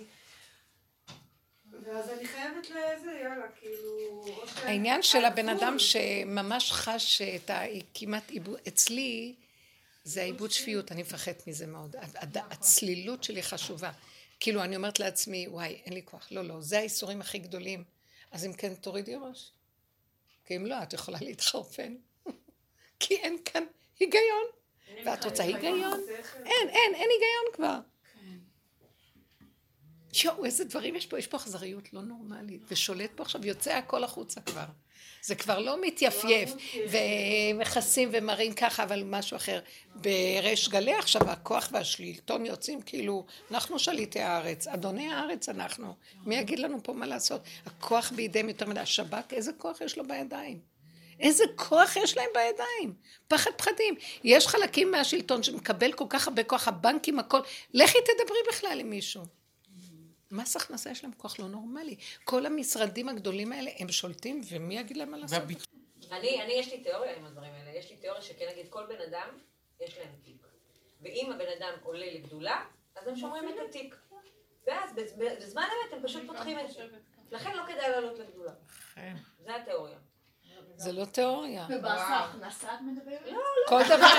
ואז אני חייבת לזה, יאללה, כאילו... העניין של הבן אדם שממש חש את כמעט עיבוד... אצלי, זה העיבוד שפיות, אני מפחדת מזה מאוד. הצלילות שלי חשובה. כאילו, אני אומרת לעצמי, וואי, אין לי כוח. לא, לא, זה האיסורים הכי גדולים. אז אם כן, תורידי ראש. כי אם לא, את יכולה להתחרפן. כי אין כאן היגיון. ואת רוצה היגיון? אין, אין, אין היגיון כבר. יואו, איזה דברים יש פה, יש פה אכזריות לא נורמלית, ושולט פה עכשיו, יוצא הכל החוצה כבר. זה כבר לא מתייפייף, ומכסים ומראים ככה, אבל משהו אחר. בריש גלי עכשיו, הכוח והשלטון יוצאים כאילו, אנחנו שליטי הארץ, אדוני הארץ אנחנו. מי יגיד לנו פה מה לעשות? הכוח בידיהם יותר מדי, השב"כ, איזה כוח יש לו בידיים? איזה כוח יש להם בידיים? פחד פחדים. יש חלקים מהשלטון שמקבל כל כך הרבה כוח, הבנקים, הכל. לכי תדברי בכלל עם מישהו. מס הכנסה יש להם כוח לא נורמלי. כל המשרדים הגדולים האלה הם שולטים, ומי יגיד להם מה לעשות? אני, אני, יש לי תיאוריה עם הדברים האלה. יש לי תיאוריה שכן נגיד כל בן אדם, יש להם תיק. ואם הבן אדם עולה לגדולה, אז הם שומרים את התיק. ואז בזמן אמת הם פשוט פותחים את זה. לכן לא כדאי לעלות לגדולה. זה התיאוריה. זה לא תיאוריה. ובאסה הכנסה את מדברת? לא, לא. כל דבר.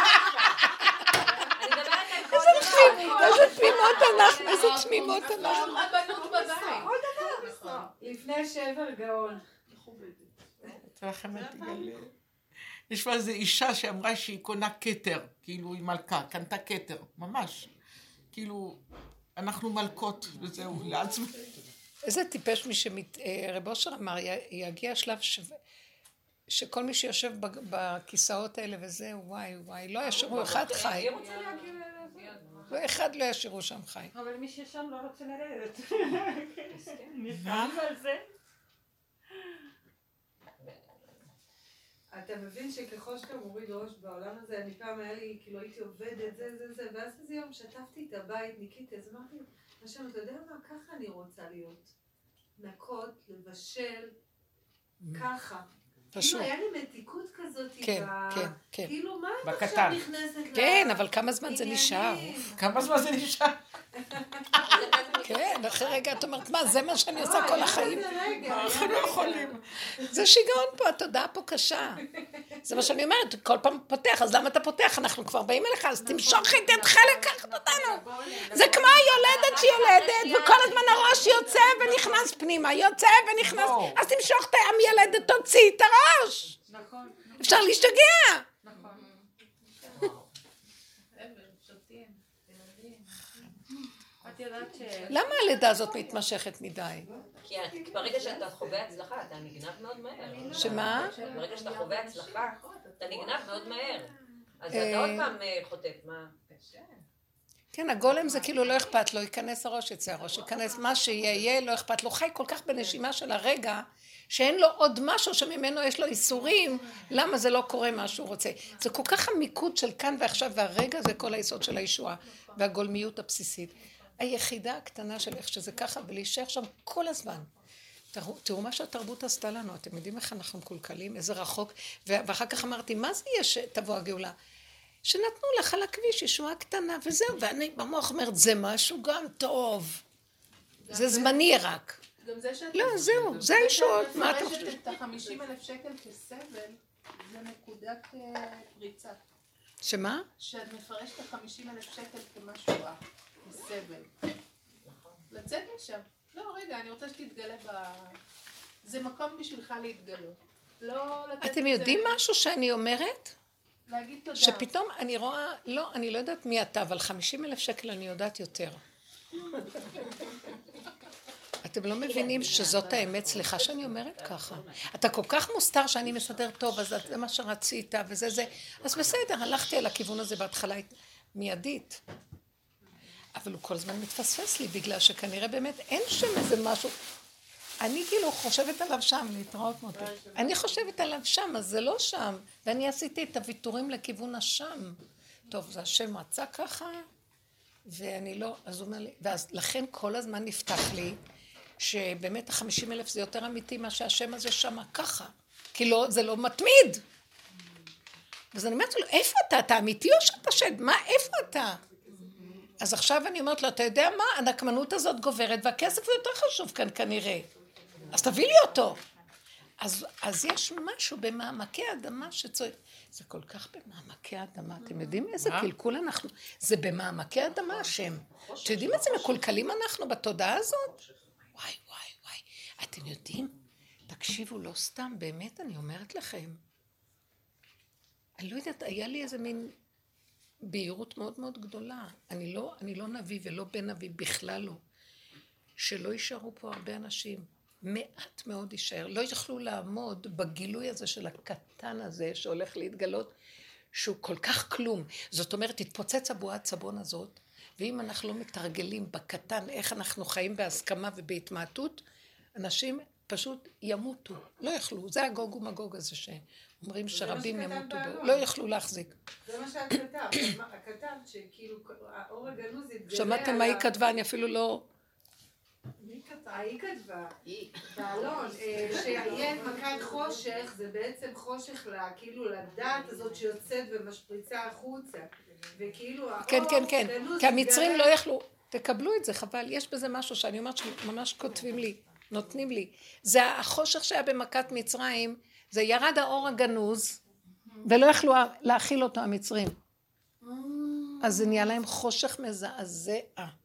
אני מדברת על כל דבר. איזה תמימות אנחנו, איזה תמימות אנחנו. רבנות בבית. כל דבר. לפני שבר גאון. אצל לכם תגלה. יש לה איזו אישה שאמרה שהיא קונה כתר, כאילו היא מלכה, קנתה כתר, ממש. כאילו, אנחנו מלכות, וזהו, לעצמי. איזה טיפש מי שרב אושר אמר, יגיע שלב שכל מי שיושב בכיסאות האלה וזהו, וואי וואי, לא ישאירו אחד חי. היא רוצה להגיע לזה. אחד לא ישאירו שם חי. אבל מי ששם לא רוצה לרדת. מה? על זה. אתה מבין שככל שאתה מוריד ראש בעולם הזה, אני פעם היה לי, כאילו הייתי עובדת, זה, זה, זה, ואז איזה יום שטפתי את הבית, ניקיתי, אז אמרתי, השם, אתה יודע מה, ככה אני רוצה להיות. נקות, לבשל, ככה. פשוט. כאילו היה לי מתיקות כזאת, כן, כן, כן. כאילו מה את בקטן. עכשיו נכנסת? כן, אבל כמה זמן זה נשאר? כמה זמן זה נשאר? כן, אחרי רגע את אומרת, מה, זה מה שאני עושה כל החיים? אנחנו לא יכולים. זה שיגעון פה, התודעה פה קשה. זה מה שאני אומרת, כל פעם פותח, אז למה אתה פותח? אנחנו כבר באים אליך, אז תמשוך את ידך לקחת אותנו. זה כמו היולדת שיולדת, וכל הזמן הראש יוצא ונכנס פנימה, יוצא ונכנס, אז תמשוך את הילדת, תוציא את הראש. אפשר להשתגע. למה הלידה הזאת מתמשכת מדי? כי ברגע שאתה חווה הצלחה, אתה נגנב מאוד מהר. שמה? ברגע שאתה חווה הצלחה, אתה נגנב מאוד מהר. אז אתה עוד פעם חוטף, מה? כן, הגולם זה כאילו לא אכפת לו, ייכנס הראש, יצא הראש, ייכנס מה שיהיה, יהיה, לא אכפת לו. חי כל כך בנשימה של הרגע, שאין לו עוד משהו שממנו יש לו איסורים, למה זה לא קורה מה שהוא רוצה. זה כל כך המיקוד של כאן ועכשיו, והרגע זה כל היסוד של הישועה, והגולמיות הבסיסית. היחידה הקטנה של איך שזה ככה, ולהישאר שם כל הזמן. תראו, תראו מה שהתרבות עשתה לנו, אתם יודעים איך אנחנו מקולקלים, איזה רחוק, ואחר כך אמרתי, מה זה יהיה שתבוא הגאולה? שנתנו לך על הכביש ישועה קטנה, וזהו, ואני במוח אומרת, זה משהו גם טוב. זה זמני רק. גם זה שאת... לא, זהו, זה הישועות, מה אתה חושב? את ה-חמישים אלף שקל כסבל, זה נקודת פריצה. שמה? שאת מפרשת את ה-חמישים אלף שקל כמשהו רע, כסבל. לצאת משם. לא, רגע, אני רוצה שתתגלה ב... זה מקום בשבילך להתגלות. לא לתת... אתם יודעים משהו שאני אומרת? להגיד תודה. שפתאום אני רואה, לא, אני לא יודעת מי אתה, אבל חמישים אלף שקל אני יודעת יותר. אתם לא מבינים שזאת האמת, סליחה שאני אומרת ככה. אתה כל כך מוסתר שאני מסדר טוב, אז זה מה שרצית, וזה זה. אז בסדר, הלכתי על הכיוון הזה בהתחלה מיידית. אבל הוא כל הזמן מתפספס לי, בגלל שכנראה באמת אין שם איזה משהו. אני כאילו חושבת עליו שם, להתראות מותי. אני חושבת עליו שם, אז זה לא שם. ואני עשיתי את הוויתורים לכיוון השם. טוב, זה השם רצה ככה, ואני לא, אז הוא אומר לי, ואז לכן כל הזמן נפתח לי, שבאמת החמישים אלף זה יותר אמיתי מה שהשם הזה שמה ככה. כי לא, זה לא מתמיד. אז אני אומרת לו, איפה אתה? אתה אמיתי או שאתה שד? מה, איפה אתה? אז עכשיו אני אומרת לו, אתה יודע מה? הנקמנות הזאת גוברת, והכסף הוא יותר חשוב כאן כנראה. אז תביא לי אותו. אז, אז יש משהו במעמקי האדמה שצריך... זה כל כך במעמקי האדמה. אתם יודעים איזה קלקול אנחנו? זה במעמקי האדמה, השם. אתם יודעים איזה מקולקלים אנחנו בתודעה הזאת? וואי, וואי, וואי. אתם יודעים? תקשיבו, לא סתם, באמת אני אומרת לכם. אני לא יודעת, היה לי איזה מין בהירות מאוד מאוד גדולה. אני לא, אני לא נביא ולא בן נביא, בכלל לא. שלא יישארו פה הרבה אנשים. מעט מאוד יישאר. לא יוכלו לעמוד בגילוי הזה של הקטן הזה שהולך להתגלות, שהוא כל כך כלום. זאת אומרת, תתפוצץ הבועת סבון הזאת, ואם אנחנו לא מתרגלים בקטן איך אנחנו חיים בהסכמה ובהתמעטות, אנשים פשוט ימותו, לא יכלו. זה הגוג ומגוג הזה שאומרים שרבים ימותו בו. לא יכלו להחזיק. זה מה שאת כתבת. כתבת שכאילו האור הגנוז יתגלה. שמעתם מה היא כתבה? אני אפילו לא... היא כתבה, באלון, שיהיה מכת חושך, זה בעצם חושך לה, כאילו לדעת הזאת שיוצאת ומשפריצה החוצה, וכאילו האור, כן, כן, כן, כי המצרים לא יכלו, תקבלו את זה, חבל, יש בזה משהו שאני אומרת שממש כותבים לי, נותנים לי, זה החושך שהיה במכת מצרים, זה ירד האור הגנוז, ולא יכלו להכיל אותו המצרים, אז זה נהיה להם חושך מזעזע.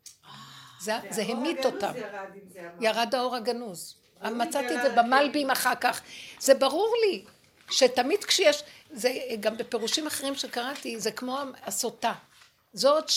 זה המית אותם. ירד האור הגנוז. מצאתי את זה במלבים אחר כך. זה ברור לי שתמיד כשיש, זה גם בפירושים אחרים שקראתי, זה כמו הסוטה. זאת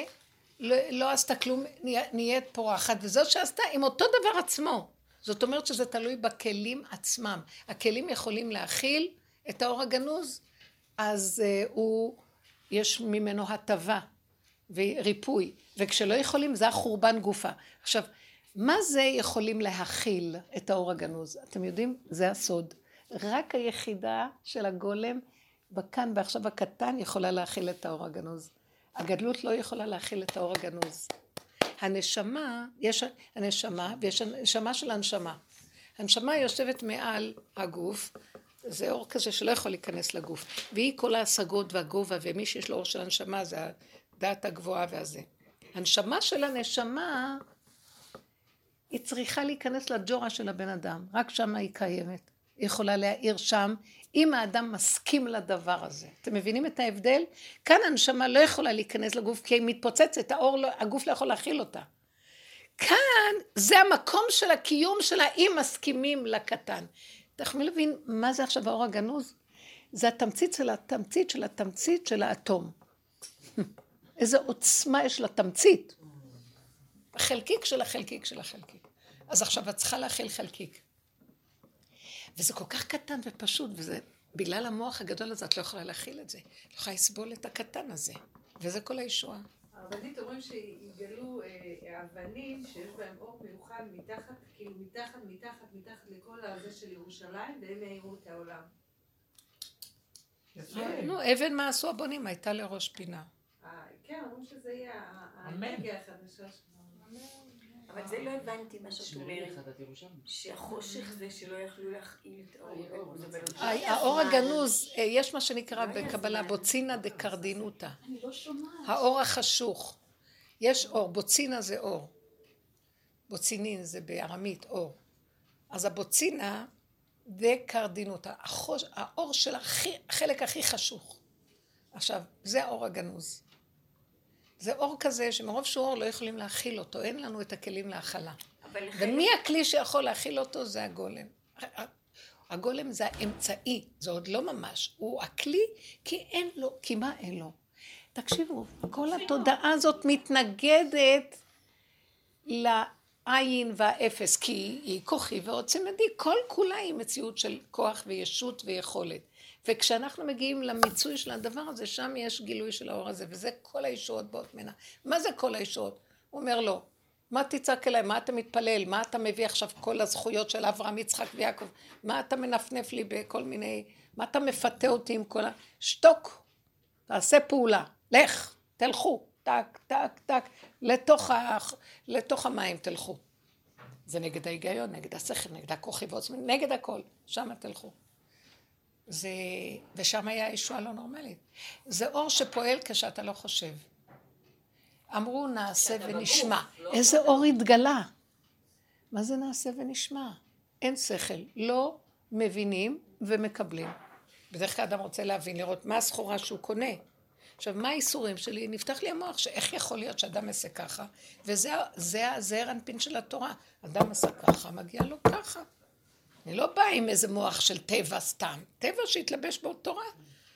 שלא עשתה כלום, נהיית פורחת, וזאת שעשתה עם אותו דבר עצמו. זאת אומרת שזה תלוי בכלים עצמם. הכלים יכולים להכיל את האור הגנוז, אז הוא, יש ממנו הטבה וריפוי. וכשלא יכולים, זה החורבן גופה. עכשיו, מה זה יכולים להכיל את האור הגנוז? אתם יודעים, זה הסוד. רק היחידה של הגולם, בכאן ועכשיו הקטן, יכולה להכיל את האור הגנוז. הגדלות לא יכולה להכיל את האור הגנוז. הנשמה, יש הנשמה, ויש הנשמה של הנשמה. הנשמה יושבת מעל הגוף, זה אור כזה שלא יכול להיכנס לגוף. והיא כל ההשגות והגובה, ומי שיש לו אור של הנשמה, זה הדעת הגבוהה והזה. הנשמה של הנשמה, היא צריכה להיכנס לג'ורה של הבן אדם, רק שם היא קיימת. היא יכולה להעיר שם, אם האדם מסכים לדבר הזה. אתם מבינים את ההבדל? כאן הנשמה לא יכולה להיכנס לגוף, כי היא מתפוצצת, האור לא, הגוף לא יכול להכיל אותה. כאן זה המקום של הקיום שלה, אם מסכימים לקטן. אתם יכולים להבין מה זה עכשיו האור הגנוז? זה התמצית של התמצית של התמצית של האטום. איזה עוצמה יש לתמצית. החלקיק של החלקיק של החלקיק. אז עכשיו את צריכה להכיל חלקיק. וזה כל כך קטן ופשוט, וזה בגלל המוח הגדול הזה, את לא יכולה להכיל את זה. לא יכולה לסבול את הקטן הזה. וזה כל הישועה. הרבנית אומרים שיגלו אבנים שיש בהם אור מיוחד מתחת, כאילו מתחת, מתחת, מתחת לכל הזה של ירושלים, והם יאירו את העולם. נו, אבן מה עשו הבונים? הייתה לראש פינה. כן, אומרים שזה יהיה האנרגיה החדשה שלנו. אבל זה לא הבנתי מה שאת אומרת, שהחושך זה שלא יכלו להכיל את האור הגנוז. האור הגנוז, יש מה שנקרא בקבלה בוצינה דקרדינותה. האור החשוך. יש אור, בוצינה זה אור. בוצינין זה בארמית אור. אז הבוצינה דקרדינותה, האור של החלק הכי חשוך. עכשיו, זה האור הגנוז. זה אור כזה שמרוב שהוא אור לא יכולים להכיל אותו, אין לנו את הכלים להכלה. ומי הכלי שיכול להכיל אותו? זה הגולם. הגולם זה האמצעי, זה עוד לא ממש. הוא הכלי כי אין לו, כי מה אין לו? תקשיבו, כל התודעה הזאת מתנגדת לעין והאפס, כי היא כוחי ועוצמתי, כל כולה היא מציאות של כוח וישות ויכולת. וכשאנחנו מגיעים למיצוי של הדבר הזה, שם יש גילוי של האור הזה, וזה כל הישועות באות מנה. מה זה כל הישועות? הוא אומר לו, מה תצעק אליי? מה אתה מתפלל? מה אתה מביא עכשיו כל הזכויות של אברהם, יצחק ויעקב? מה אתה מנפנף לי בכל מיני... מה אתה מפתה אותי עם כל ה... שתוק, תעשה פעולה, לך, תלכו, טק, טק, טק, לתוך, ה... לתוך המים תלכו. זה נגד ההיגיון, נגד השכל, נגד הכוחי ועוצמי, נגד הכל, שם תלכו. זה, ושם היה ישועה לא נורמלית. זה אור שפועל כשאתה לא חושב. אמרו נעשה ונשמע. איזה אור התגלה. מה זה נעשה ונשמע? אין שכל. לא מבינים ומקבלים. בדרך כלל אדם רוצה להבין, לראות מה הסחורה שהוא קונה. עכשיו, מה האיסורים שלי? נפתח לי המוח, שאיך יכול להיות שאדם עושה ככה? וזה זה הזעיר אנפין של התורה. אדם עשה ככה, מגיע לו ככה. אני לא באה עם איזה מוח של טבע סתם. טבע שהתלבש בו תורה.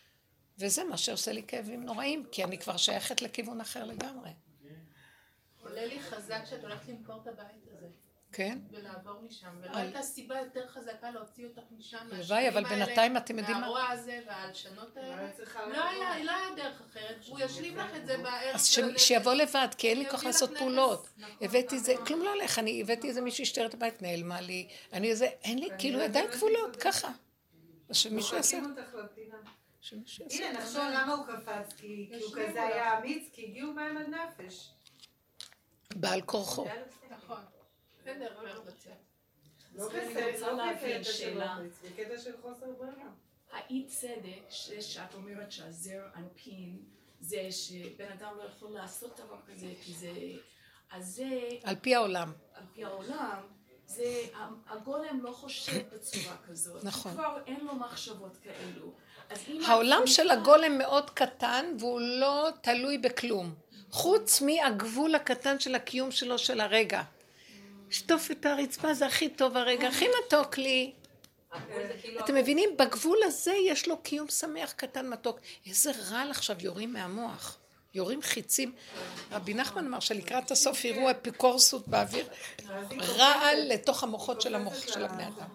וזה מה שעושה לי כאבים נוראים, כי אני כבר שייכת לכיוון אחר לגמרי. עולה לי חזק שאת הולכת למכור את הבית הזה. כן? ולעבור משם, ולא הייתה סיבה יותר חזקה להוציא אותך משם. הלוואי, אבל בינתיים אתם יודעים מה... מהרוע הזה וההלשנות האלה. לא היה, לא היה דרך אחרת, הוא ישלים לך את זה בערך. אז שיבוא לבד, כי אין לי כוח לעשות פעולות. הבאתי זה, כלום לא הולך, אני הבאתי איזה מישהי שתרת הבית, נעלמה לי, אני איזה, אין לי, כאילו ידיים כבולות, ככה. אז שמישהו יעשה. שמישהו יעשה. הנה, נחשוב למה הוא קפץ, כי הוא כזה היה אמיץ, כי הגיעו מים עד נפש. בעל כורחו. נכון. בסדר, לא הולך לצאת. לא בסדר, לא בקטע של אומץ, בקטע של חוסר ברירה. האי צדק שאת אומרת שהזר אנפין זה שבן אדם לא יכול לעשות דבר כזה, כי זה... אז זה... על פי העולם. על פי העולם, זה... הגולם לא חושב בצורה כזאת. נכון. כבר אין לו מחשבות כאלו. העולם של הגולם מאוד קטן והוא לא תלוי בכלום. חוץ מהגבול הקטן של הקיום שלו של הרגע. שטוף את הרצפה זה הכי טוב הרגע, הכי מתוק לי. אתם מבינים? בגבול הזה יש לו קיום שמח קטן מתוק. איזה רעל עכשיו יורים מהמוח. יורים חיצים. רבי נחמן אמר שלקראת הסוף יראו אפיקורסות באוויר. רעל לתוך המוחות של המוח של הבני אדם.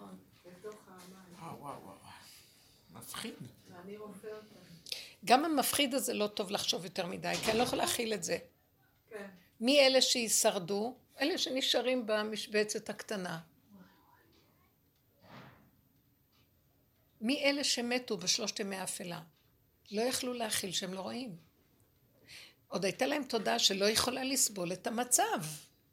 מפחיד. גם המפחיד הזה לא טוב לחשוב יותר מדי, כי אני לא יכולה להכיל את זה. מי אלה שישרדו? אלה שנשארים במשבצת הקטנה. מי אלה שמתו בשלושת ימי האפלה? לא יכלו להכיל שהם לא רואים. עוד הייתה להם תודה שלא יכולה לסבול את המצב.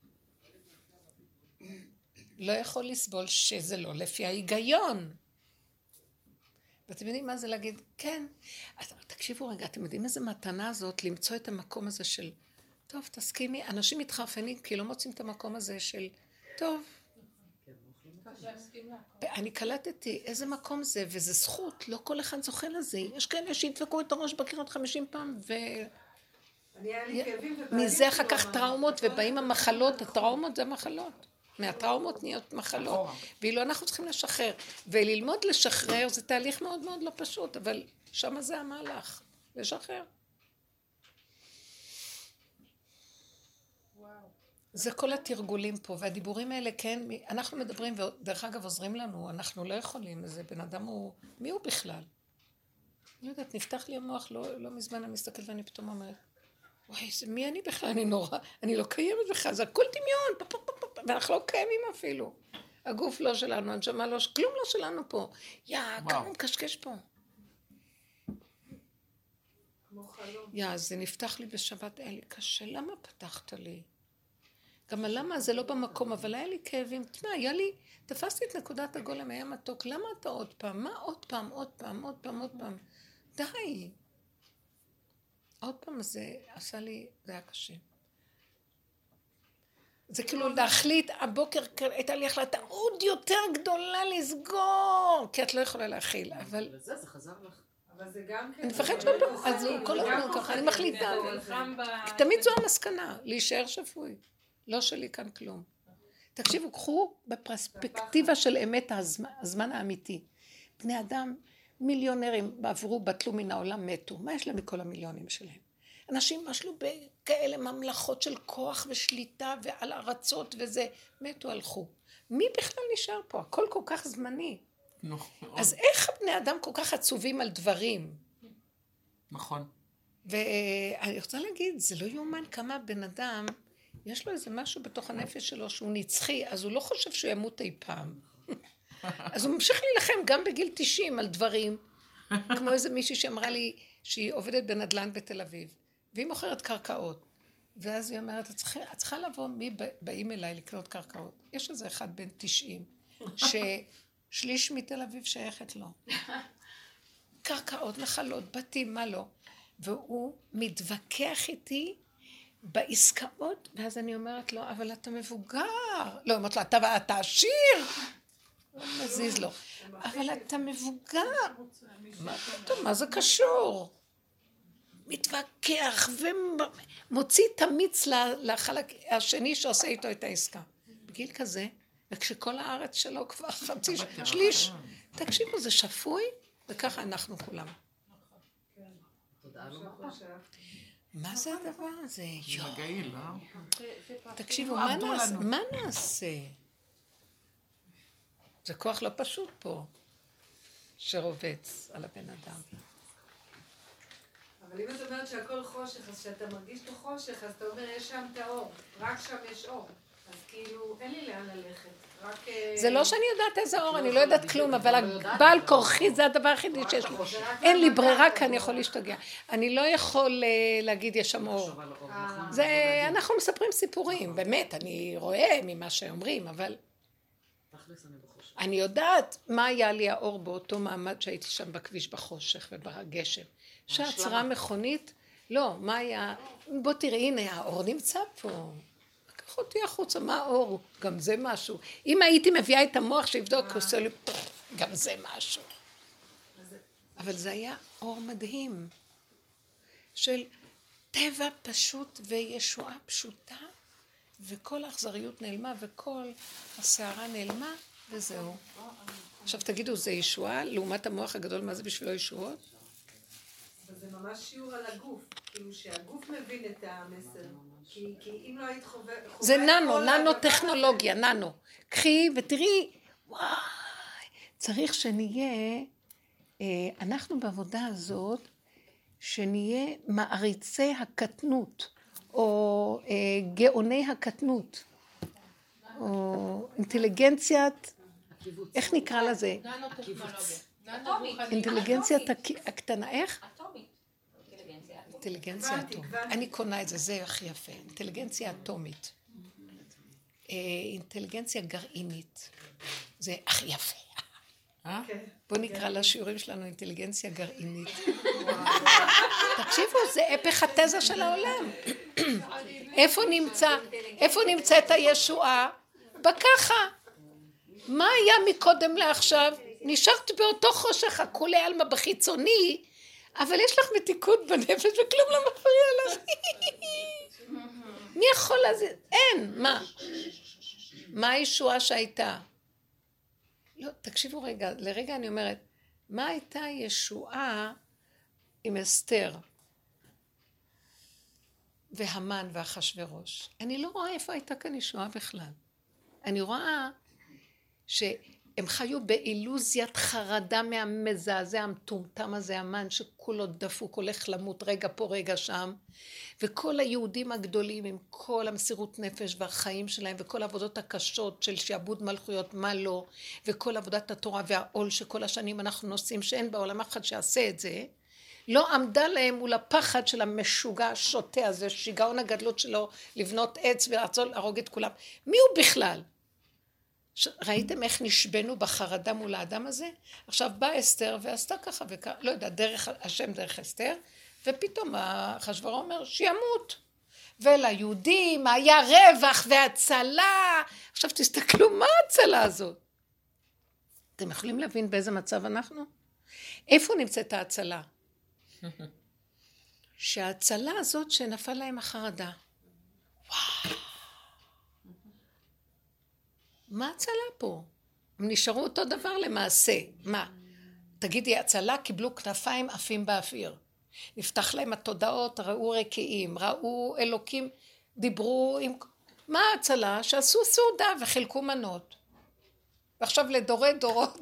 לא יכול לסבול שזה לא לפי ההיגיון. ואתם יודעים מה זה להגיד? כן. אז תקשיבו רגע, אתם יודעים איזה מתנה הזאת למצוא את המקום הזה של טוב, תסכימי. אנשים מתחרפנים כי לא מוצאים את המקום הזה של טוב. אני קלטתי איזה מקום זה, וזה זכות, לא כל אחד זוכה לזה. יש כאלה שידפקו את הראש בקירות חמישים פעם, ו... מזה אחר כך טראומות, ובאים המחלות, הטראומות זה מחלות. מהטראומות נהיות מחלות, ואילו אנחנו צריכים לשחרר, וללמוד לשחרר זה תהליך מאוד מאוד לא פשוט, אבל שם זה המהלך, לשחרר. זה כל התרגולים פה, והדיבורים האלה, כן, אנחנו מדברים, ודרך אגב עוזרים לנו, אנחנו לא יכולים, זה בן אדם הוא, מי הוא בכלל? אני יודעת, נפתח לי המוח, לא, לא מזמן אני מסתכלת ואני פתאום אומרת, וואי, זה מי אני בכלל? אני נורא, אני לא קיימת בכלל, זה הכל דמיון, פפ, פפ, פפ, ואנחנו לא קיימים אפילו. הגוף לא שלנו, הנשמה לא, כלום לא שלנו פה. יא, כמה הוא מקשקש פה. יא, זה נפתח לי בשבת, היה לי קשה, למה פתחת לי? גם הלמה זה לא במקום, אבל היה לי כאבים, תשמע, היה לי, תפסתי את נקודת הגולם, היה מתוק, למה אתה עוד פעם? מה עוד פעם, עוד פעם, עוד פעם, עוד פעם? די. עוד פעם זה עשה לי, זה היה קשה. זה כאילו להחליט, הבוקר הייתה לי החלטה עוד יותר גדולה לסגור, כי את לא יכולה להכיל, אבל... וזה, זה חזר לך. אבל זה גם כן... אני מפחד שעוד פעם, אז כל הזמן ככה, אני מחליטה. תמיד זו המסקנה, להישאר שפוי. לא שלי כאן כלום. תקשיבו, קחו בפרספקטיבה של אמת הזמן האמיתי. בני אדם... מיליונרים עברו, בטלו מן העולם, מתו. מה יש להם מכל המיליונים שלהם? אנשים משלו בכאלה ממלכות של כוח ושליטה ועל ארצות וזה, מתו, הלכו. מי בכלל נשאר פה? הכל כל כך זמני. אז איך הבני אדם כל כך עצובים על דברים? נכון. ואני רוצה להגיד, זה לא יאומן כמה בן אדם, יש לו איזה משהו בתוך הנפש שלו שהוא נצחי, אז הוא לא חושב שהוא ימות אי פעם. אז הוא ממשיך להילחם גם בגיל תשעים על דברים, כמו איזה מישהי שאמרה לי שהיא עובדת בנדל"ן בתל אביב, והיא מוכרת קרקעות, ואז היא אומרת, את צריכה, את צריכה לבוא, מי באים אליי לקנות קרקעות? יש איזה אחד בן תשעים, ששליש מתל אביב שייכת לו. קרקעות, נחלות, בתים, מה לא? והוא מתווכח איתי בעסקאות, ואז אני אומרת לו, אבל אתה מבוגר. לא, אומרת לו, אתה, אתה עשיר. לא מזיז לו. אבל אתה מבוגר. מה פתאום? מה זה קשור? מתווכח ומוציא את המיץ לחלק השני שעושה איתו את העסקה. בגיל כזה, וכשכל הארץ שלו כבר חצי שליש, תקשיבו, זה שפוי, וככה אנחנו כולם. מה זה הדבר הזה? זה מגעיל, אה? תקשיבו, מה נעשה? זה כוח לא פשוט פה, שרובץ על הבן אדם. אבל אם את אומרת שהכל חושך, אז כשאתה מרגיש את החושך, אז אתה אומר, יש שם את האור, רק שם יש אור. אז כאילו, אין לי לאן ללכת. רק... זה לא שאני יודעת איזה אור, אני לא יודעת כלום, אבל בעל כורחי זה הדבר היחידי שיש לי. אין לי ברירה, כי אני יכול להשתגע. אני לא יכול להגיד יש שם אור. אנחנו מספרים סיפורים, באמת, אני רואה ממה שאומרים, אבל... אני יודעת מה היה לי האור באותו מעמד שהייתי שם בכביש בחושך ובגשם. שעצרה מכונית, לא, מה היה... בוא תראי, הנה, האור נמצא פה. לקח אותי החוצה, מה האור? גם זה משהו. אם הייתי מביאה את המוח שיבדוק, עושה לי, גם זה משהו. אבל זה היה אור מדהים, של טבע פשוט וישועה פשוטה, וכל האכזריות נעלמה, וכל הסערה נעלמה, וזהו. עכשיו תגידו, זה ישועה? לעומת המוח הגדול, מה זה בשבילו ישועות? זה ממש שיעור על הגוף, כאילו שהגוף מבין את המסר, כי אם לא היית חווה... זה ננו, ננו טכנולוגיה, ננו. קחי ותראי, וואי, צריך שנהיה, אנחנו בעבודה הזאת, שנהיה מעריצי הקטנות, או גאוני הקטנות, או אינטליגנציית, איך נקרא לזה? אינטליגנציית הקטנה, איך? אינטליגנציה אטומית. אני קונה את זה, זה הכי יפה. אינטליגנציה אטומית. אינטליגנציה גרעינית. זה הכי יפה. בוא נקרא לשיעורים שלנו אינטליגנציה גרעינית. תקשיבו, זה הפך התזה של העולם. איפה נמצא, איפה נמצאת הישועה? בככה. מה היה מקודם לעכשיו? נשארת באותו חושך הכולי עלמא בחיצוני, אבל יש לך מתיקות בנפש וכלום לא מפריע לך. מי יכול לזה? אין, מה? מה הישועה שהייתה? לא, תקשיבו רגע, לרגע אני אומרת, מה הייתה ישועה עם אסתר והמן ואחשוורוש? אני לא רואה איפה הייתה כאן ישועה בכלל. אני רואה שהם חיו באילוזיית חרדה מהמזעזע המטומטם הזה, המן שכולו דפוק, הולך למות רגע פה רגע שם, וכל היהודים הגדולים עם כל המסירות נפש והחיים שלהם וכל העבודות הקשות של שעבוד מלכויות, מה לא, וכל עבודת התורה והעול שכל השנים אנחנו נושאים, שאין בעולם אחד שעשה את זה, לא עמדה להם מול הפחד של המשוגע השוטה הזה, שיגעון הגדלות שלו לבנות עץ ולעצול להרוג את כולם. מי הוא בכלל? ראיתם איך נשבנו בחרדה מול האדם הזה? עכשיו באה אסתר ועשתה ככה וככה, לא יודע, דרך השם דרך אסתר, ופתאום אחשוורוש אומר שימות. וליהודים היה רווח והצלה. עכשיו תסתכלו, מה ההצלה הזאת? אתם יכולים להבין באיזה מצב אנחנו? איפה נמצאת ההצלה? שההצלה הזאת שנפל להם החרדה. וואו. מה הצלה פה? הם נשארו אותו דבר למעשה. מה? תגידי, הצלה קיבלו כנפיים עפים באוויר. נפתח להם התודעות, ראו רקיעים, ראו אלוקים, דיברו עם... מה הצלה? שעשו סעודה וחילקו מנות. ועכשיו לדורי דורות.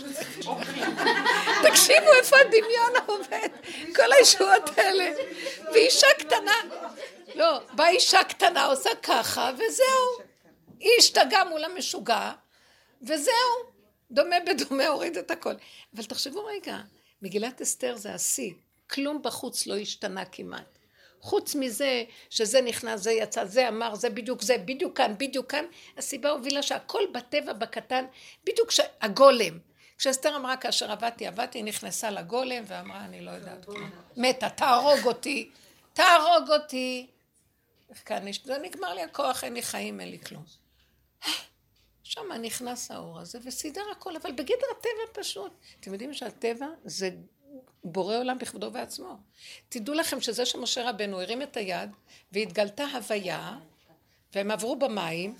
תקשיבו איפה הדמיון עובד. כל הישועות האלה. ואישה קטנה. לא, באה אישה קטנה, עושה ככה, וזהו. היא השתגעה מול המשוגע, וזהו. דומה בדומה הוריד את הכל. אבל תחשבו רגע, מגילת אסתר זה השיא. כלום בחוץ לא השתנה כמעט. חוץ מזה שזה נכנס, זה יצא, זה אמר, זה בדיוק, זה בדיוק כאן, בדיוק כאן. הסיבה הובילה שהכל בטבע בקטן, בדיוק הגולם. כשאסתר אמרה כאשר עבדתי, עבדתי, היא נכנסה לגולם ואמרה, אני לא יודעת. מתה, תהרוג אותי, תהרוג אותי. כאן, זה נגמר לי הכוח, אין לי חיים, אין לי כלום. שם נכנס האור הזה וסידר הכל, אבל בגדר הטבע פשוט. אתם יודעים שהטבע זה בורא עולם בכבודו בעצמו. תדעו לכם שזה שמשה רבנו הרים את היד והתגלתה הוויה, והם עברו במים,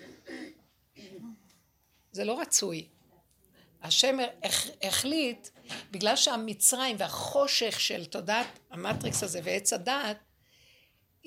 זה לא רצוי. השם החליט, בגלל שהמצרים והחושך של תודעת המטריקס הזה ועץ הדעת,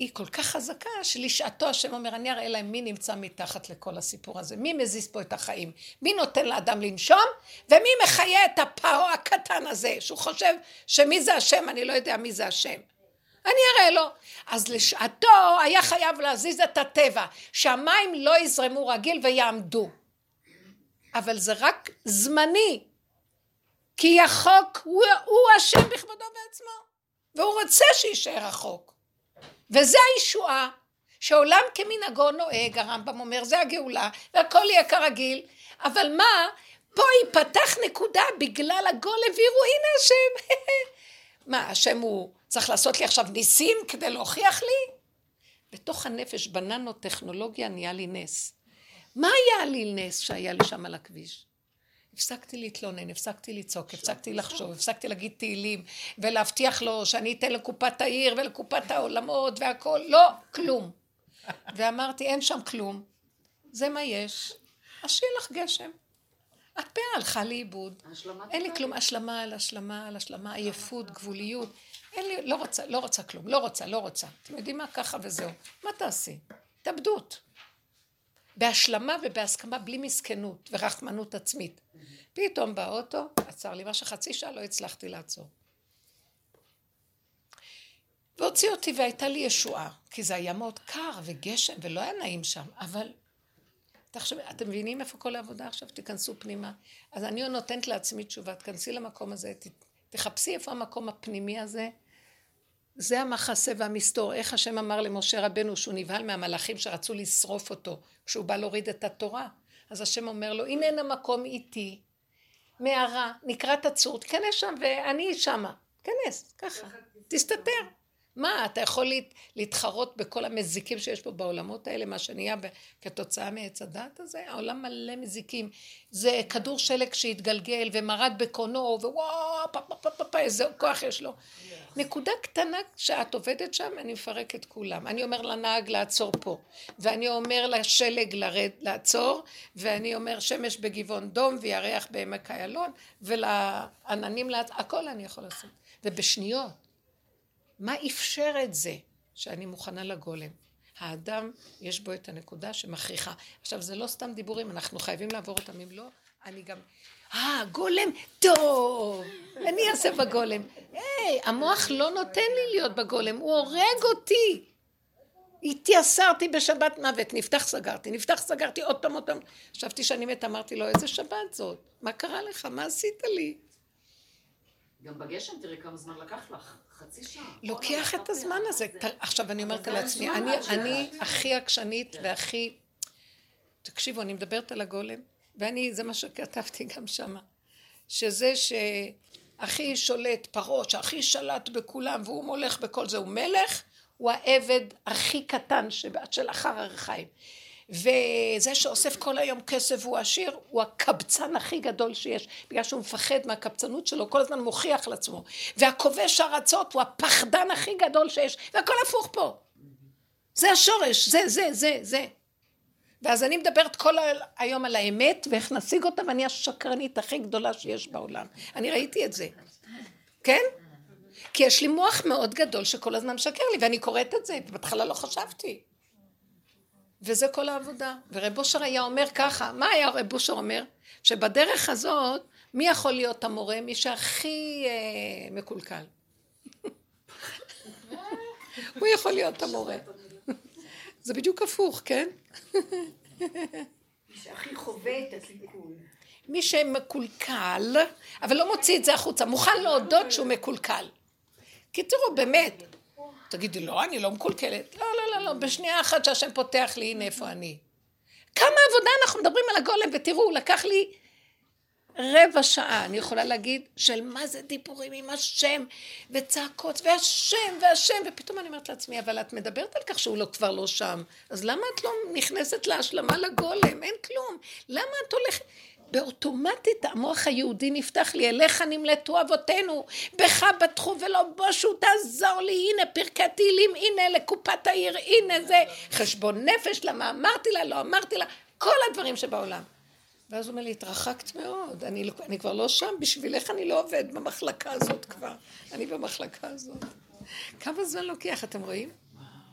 היא כל כך חזקה, שלשעתו השם אומר, אני אראה להם מי נמצא מתחת לכל הסיפור הזה, מי מזיז פה את החיים, מי נותן לאדם לנשום, ומי מחיה את הפרעה הקטן הזה, שהוא חושב שמי זה השם, אני לא יודע מי זה השם. אני אראה לו. אז לשעתו היה חייב להזיז את הטבע, שהמים לא יזרמו רגיל ויעמדו. אבל זה רק זמני, כי החוק הוא, הוא השם בכבודו בעצמו, והוא רוצה שישאר החוק. וזה הישועה, שעולם כמנהגו נוהג, הרמב"ם אומר, זה הגאולה, והכל יהיה כרגיל, אבל מה? פה ייפתח נקודה בגלל הגולם, ויראו, הנה השם. מה, השם הוא צריך לעשות לי עכשיו ניסים כדי להוכיח לי? בתוך הנפש בננו-טכנולוגיה נהיה לי נס. מה היה לי נס שהיה לי שם על הכביש? הפסקתי להתלונן, הפסקתי לצעוק, הפסקתי לחשוב, הפסקתי להגיד תהילים, ולהבטיח לו שאני אתן לקופת העיר ולקופת העולמות והכל, לא, כלום. ואמרתי, אין שם כלום. זה מה יש. אז שיהיה לך גשם. הפה הלכה לאיבוד. אין לי כלום, השלמה על השלמה על השלמה, עייפות, גבוליות. אין לי, לא רוצה, לא רוצה כלום, לא רוצה, לא רוצה. אתם יודעים מה? ככה וזהו. מה תעשי? תאבדות. בהשלמה ובהסכמה, בלי מסכנות ורחמנות עצמית. פתאום באוטו, עצר לי מה שחצי שעה לא הצלחתי לעצור. והוציא אותי והייתה לי ישועה, כי זה היה מאוד קר וגשם ולא היה נעים שם, אבל תחשב, אתם מבינים איפה כל העבודה עכשיו? תיכנסו פנימה. אז אני נותנת לעצמי תשובה, תכנסי למקום הזה, תחפשי איפה המקום הפנימי הזה, זה המחסה והמסתור. איך השם אמר למשה רבנו שהוא נבהל מהמלאכים שרצו לשרוף אותו כשהוא בא להוריד את התורה? אז השם אומר לו, הנה המקום איתי, מערה, נקרא תצור, תכנס שם ואני שמה, תכנס, ככה, תסתתר. מה, אתה יכול להתחרות בכל המזיקים שיש פה בעולמות האלה, מה שנהיה כתוצאה מעץ הדת הזה? העולם מלא מזיקים. זה כדור שלג שהתגלגל ומרד בקונו, ווואו, פה, פה, פה, פה, פה, איזה כוח יש לו. נקודה קטנה שאת עובדת שם, אני מפרק את כולם. אני אומר לנהג לעצור פה, ואני אומר לשלג לרד, לעצור, ואני אומר שמש בגבעון דום וירח בעמק איילון, ולעננים לעצור, הכל אני יכול לעשות. ובשניות, מה אפשר את זה שאני מוכנה לגולם? האדם יש בו את הנקודה שמכריחה. עכשיו זה לא סתם דיבורים, אנחנו חייבים לעבור אותם, אם לא, אני גם, אה, גולם, טוב, אני אעשה בגולם. היי, המוח לא נותן לי להיות בגולם, הוא הורג אותי. התייסרתי בשבת מוות, נפתח סגרתי, נפתח סגרתי, עוד פעם, עוד פעם. חשבתי שאני מת, אמרתי לו, איזה שבת זאת? מה קרה לך? מה עשית לי? גם בגשם תראי כמה זמן לקח לך. חצי שעה. לוקח את הזמן הזה. עכשיו אני אומרת על עצמי, אני הכי עקשנית והכי... תקשיבו, אני מדברת על הגולם, ואני, זה מה שכתבתי גם שמה, שזה שהכי שולט פרעה, שהכי שלט בכולם, והוא מולך בכל זה, הוא מלך, הוא העבד הכי קטן של אחר הרחיים. וזה שאוסף כל היום כסף והוא עשיר, הוא הקבצן הכי גדול שיש, בגלל שהוא מפחד מהקבצנות שלו, כל הזמן מוכיח לעצמו. והכובש ארצות הוא הפחדן הכי גדול שיש, והכל הפוך פה. זה השורש, זה, זה, זה, זה. ואז אני מדברת כל היום על האמת, ואיך נשיג אותה, ואני השקרנית הכי גדולה שיש בעולם. אני ראיתי את זה. כן? כי יש לי מוח מאוד גדול שכל הזמן משקר לי, ואני קוראת את זה, בהתחלה לא חשבתי. וזה כל העבודה. ורב אושר היה אומר ככה, מה היה רב אושר אומר? שבדרך הזאת, מי יכול להיות המורה? מי שהכי אה, מקולקל. הוא יכול להיות המורה. זה בדיוק הפוך, כן? מי שהכי חווה את הסיכון. מי שמקולקל, אבל לא מוציא את זה החוצה, מוכן להודות שהוא מקולקל. כי תראו, באמת, תגידי, לא, אני לא מקולקלת. לא, לא, לא, לא, בשנייה אחת שהשם פותח לי, הנה איפה אני. כמה עבודה אנחנו מדברים על הגולם, ותראו, לקח לי רבע שעה, אני יכולה להגיד, של מה זה דיבורים עם השם, וצעקות, והשם, והשם, ופתאום אני אומרת לעצמי, אבל את מדברת על כך שהוא לא, כבר לא שם, אז למה את לא נכנסת להשלמה לגולם? אין כלום. למה את הולכת? באוטומטית המוח היהודי נפתח לי, אליך נמלטו אבותינו, בך בטחו ולא בושו, תעזור לי, הנה פרקי תהילים, הנה לקופת העיר, הנה זה, חשבון נפש, למה אמרתי לה, לא אמרתי לה, כל הדברים שבעולם. ואז הוא אומר לי, התרחקת מאוד, אני, אני כבר לא שם, בשבילך אני לא עובד במחלקה הזאת כבר, אני במחלקה הזאת. כמה זמן לוקח, אתם רואים?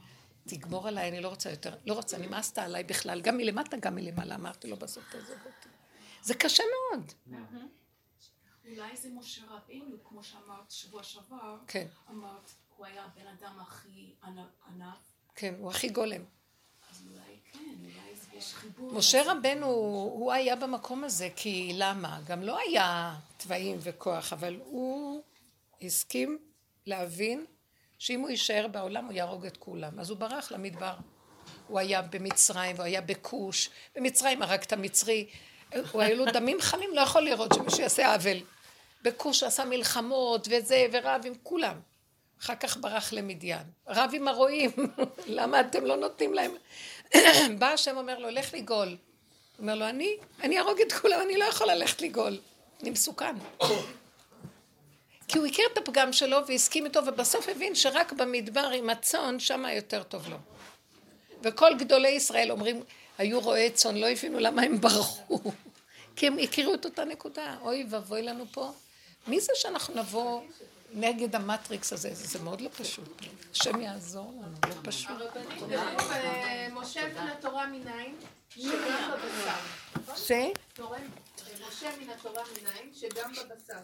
תגמור עליי, אני לא רוצה יותר, לא רוצה, נמאסת עליי בכלל, גם מלמטה, גם מלמעלה, אמרתי לו בסוף תעזוב אותי. זה קשה מאוד. אולי זה משה רבינו, כמו שאמרת שבוע שעבר, כן. אמרת, הוא היה הבן אדם הכי ענב. כן, הוא הכי גולם. אז אולי כן, אולי יש חיבור. משה רבנו, הוא היה במקום הזה, כי למה? גם לא היה טבעים וכוח, אבל הוא הסכים להבין שאם הוא יישאר בעולם הוא יהרוג את כולם. אז הוא ברח למדבר. הוא היה במצרים, הוא היה בכוש. במצרים הרג את המצרי. הוא היה לו דמים חמים, לא יכול לראות שמישהו יעשה עוול. בכוש עשה מלחמות וזה, ורב עם כולם. אחר כך ברח למדיין. רב עם הרועים. למה אתם לא נותנים להם? בא השם אומר לו, לך לגול. הוא אומר לו, אני, אני ארוג את כולם, אני לא יכול ללכת לגול. אני מסוכן. כי הוא הכיר את הפגם שלו והסכים איתו, ובסוף הבין שרק במדבר עם הצאן, שם יותר טוב לו. וכל גדולי ישראל אומרים, היו רועי צאן, לא הבינו למה הם ברחו. כי הם הכירו את אותה נקודה. אוי ובואי לנו פה. מי זה שאנחנו נבוא נגד המטריקס הזה? זה מאוד לא פשוט. השם יעזור לנו, לא פשוט. הרבנית, כתוב, משה מן התורה מניין, שגם בבשר. ש? משה מן התורה מניין, שגם בבשר.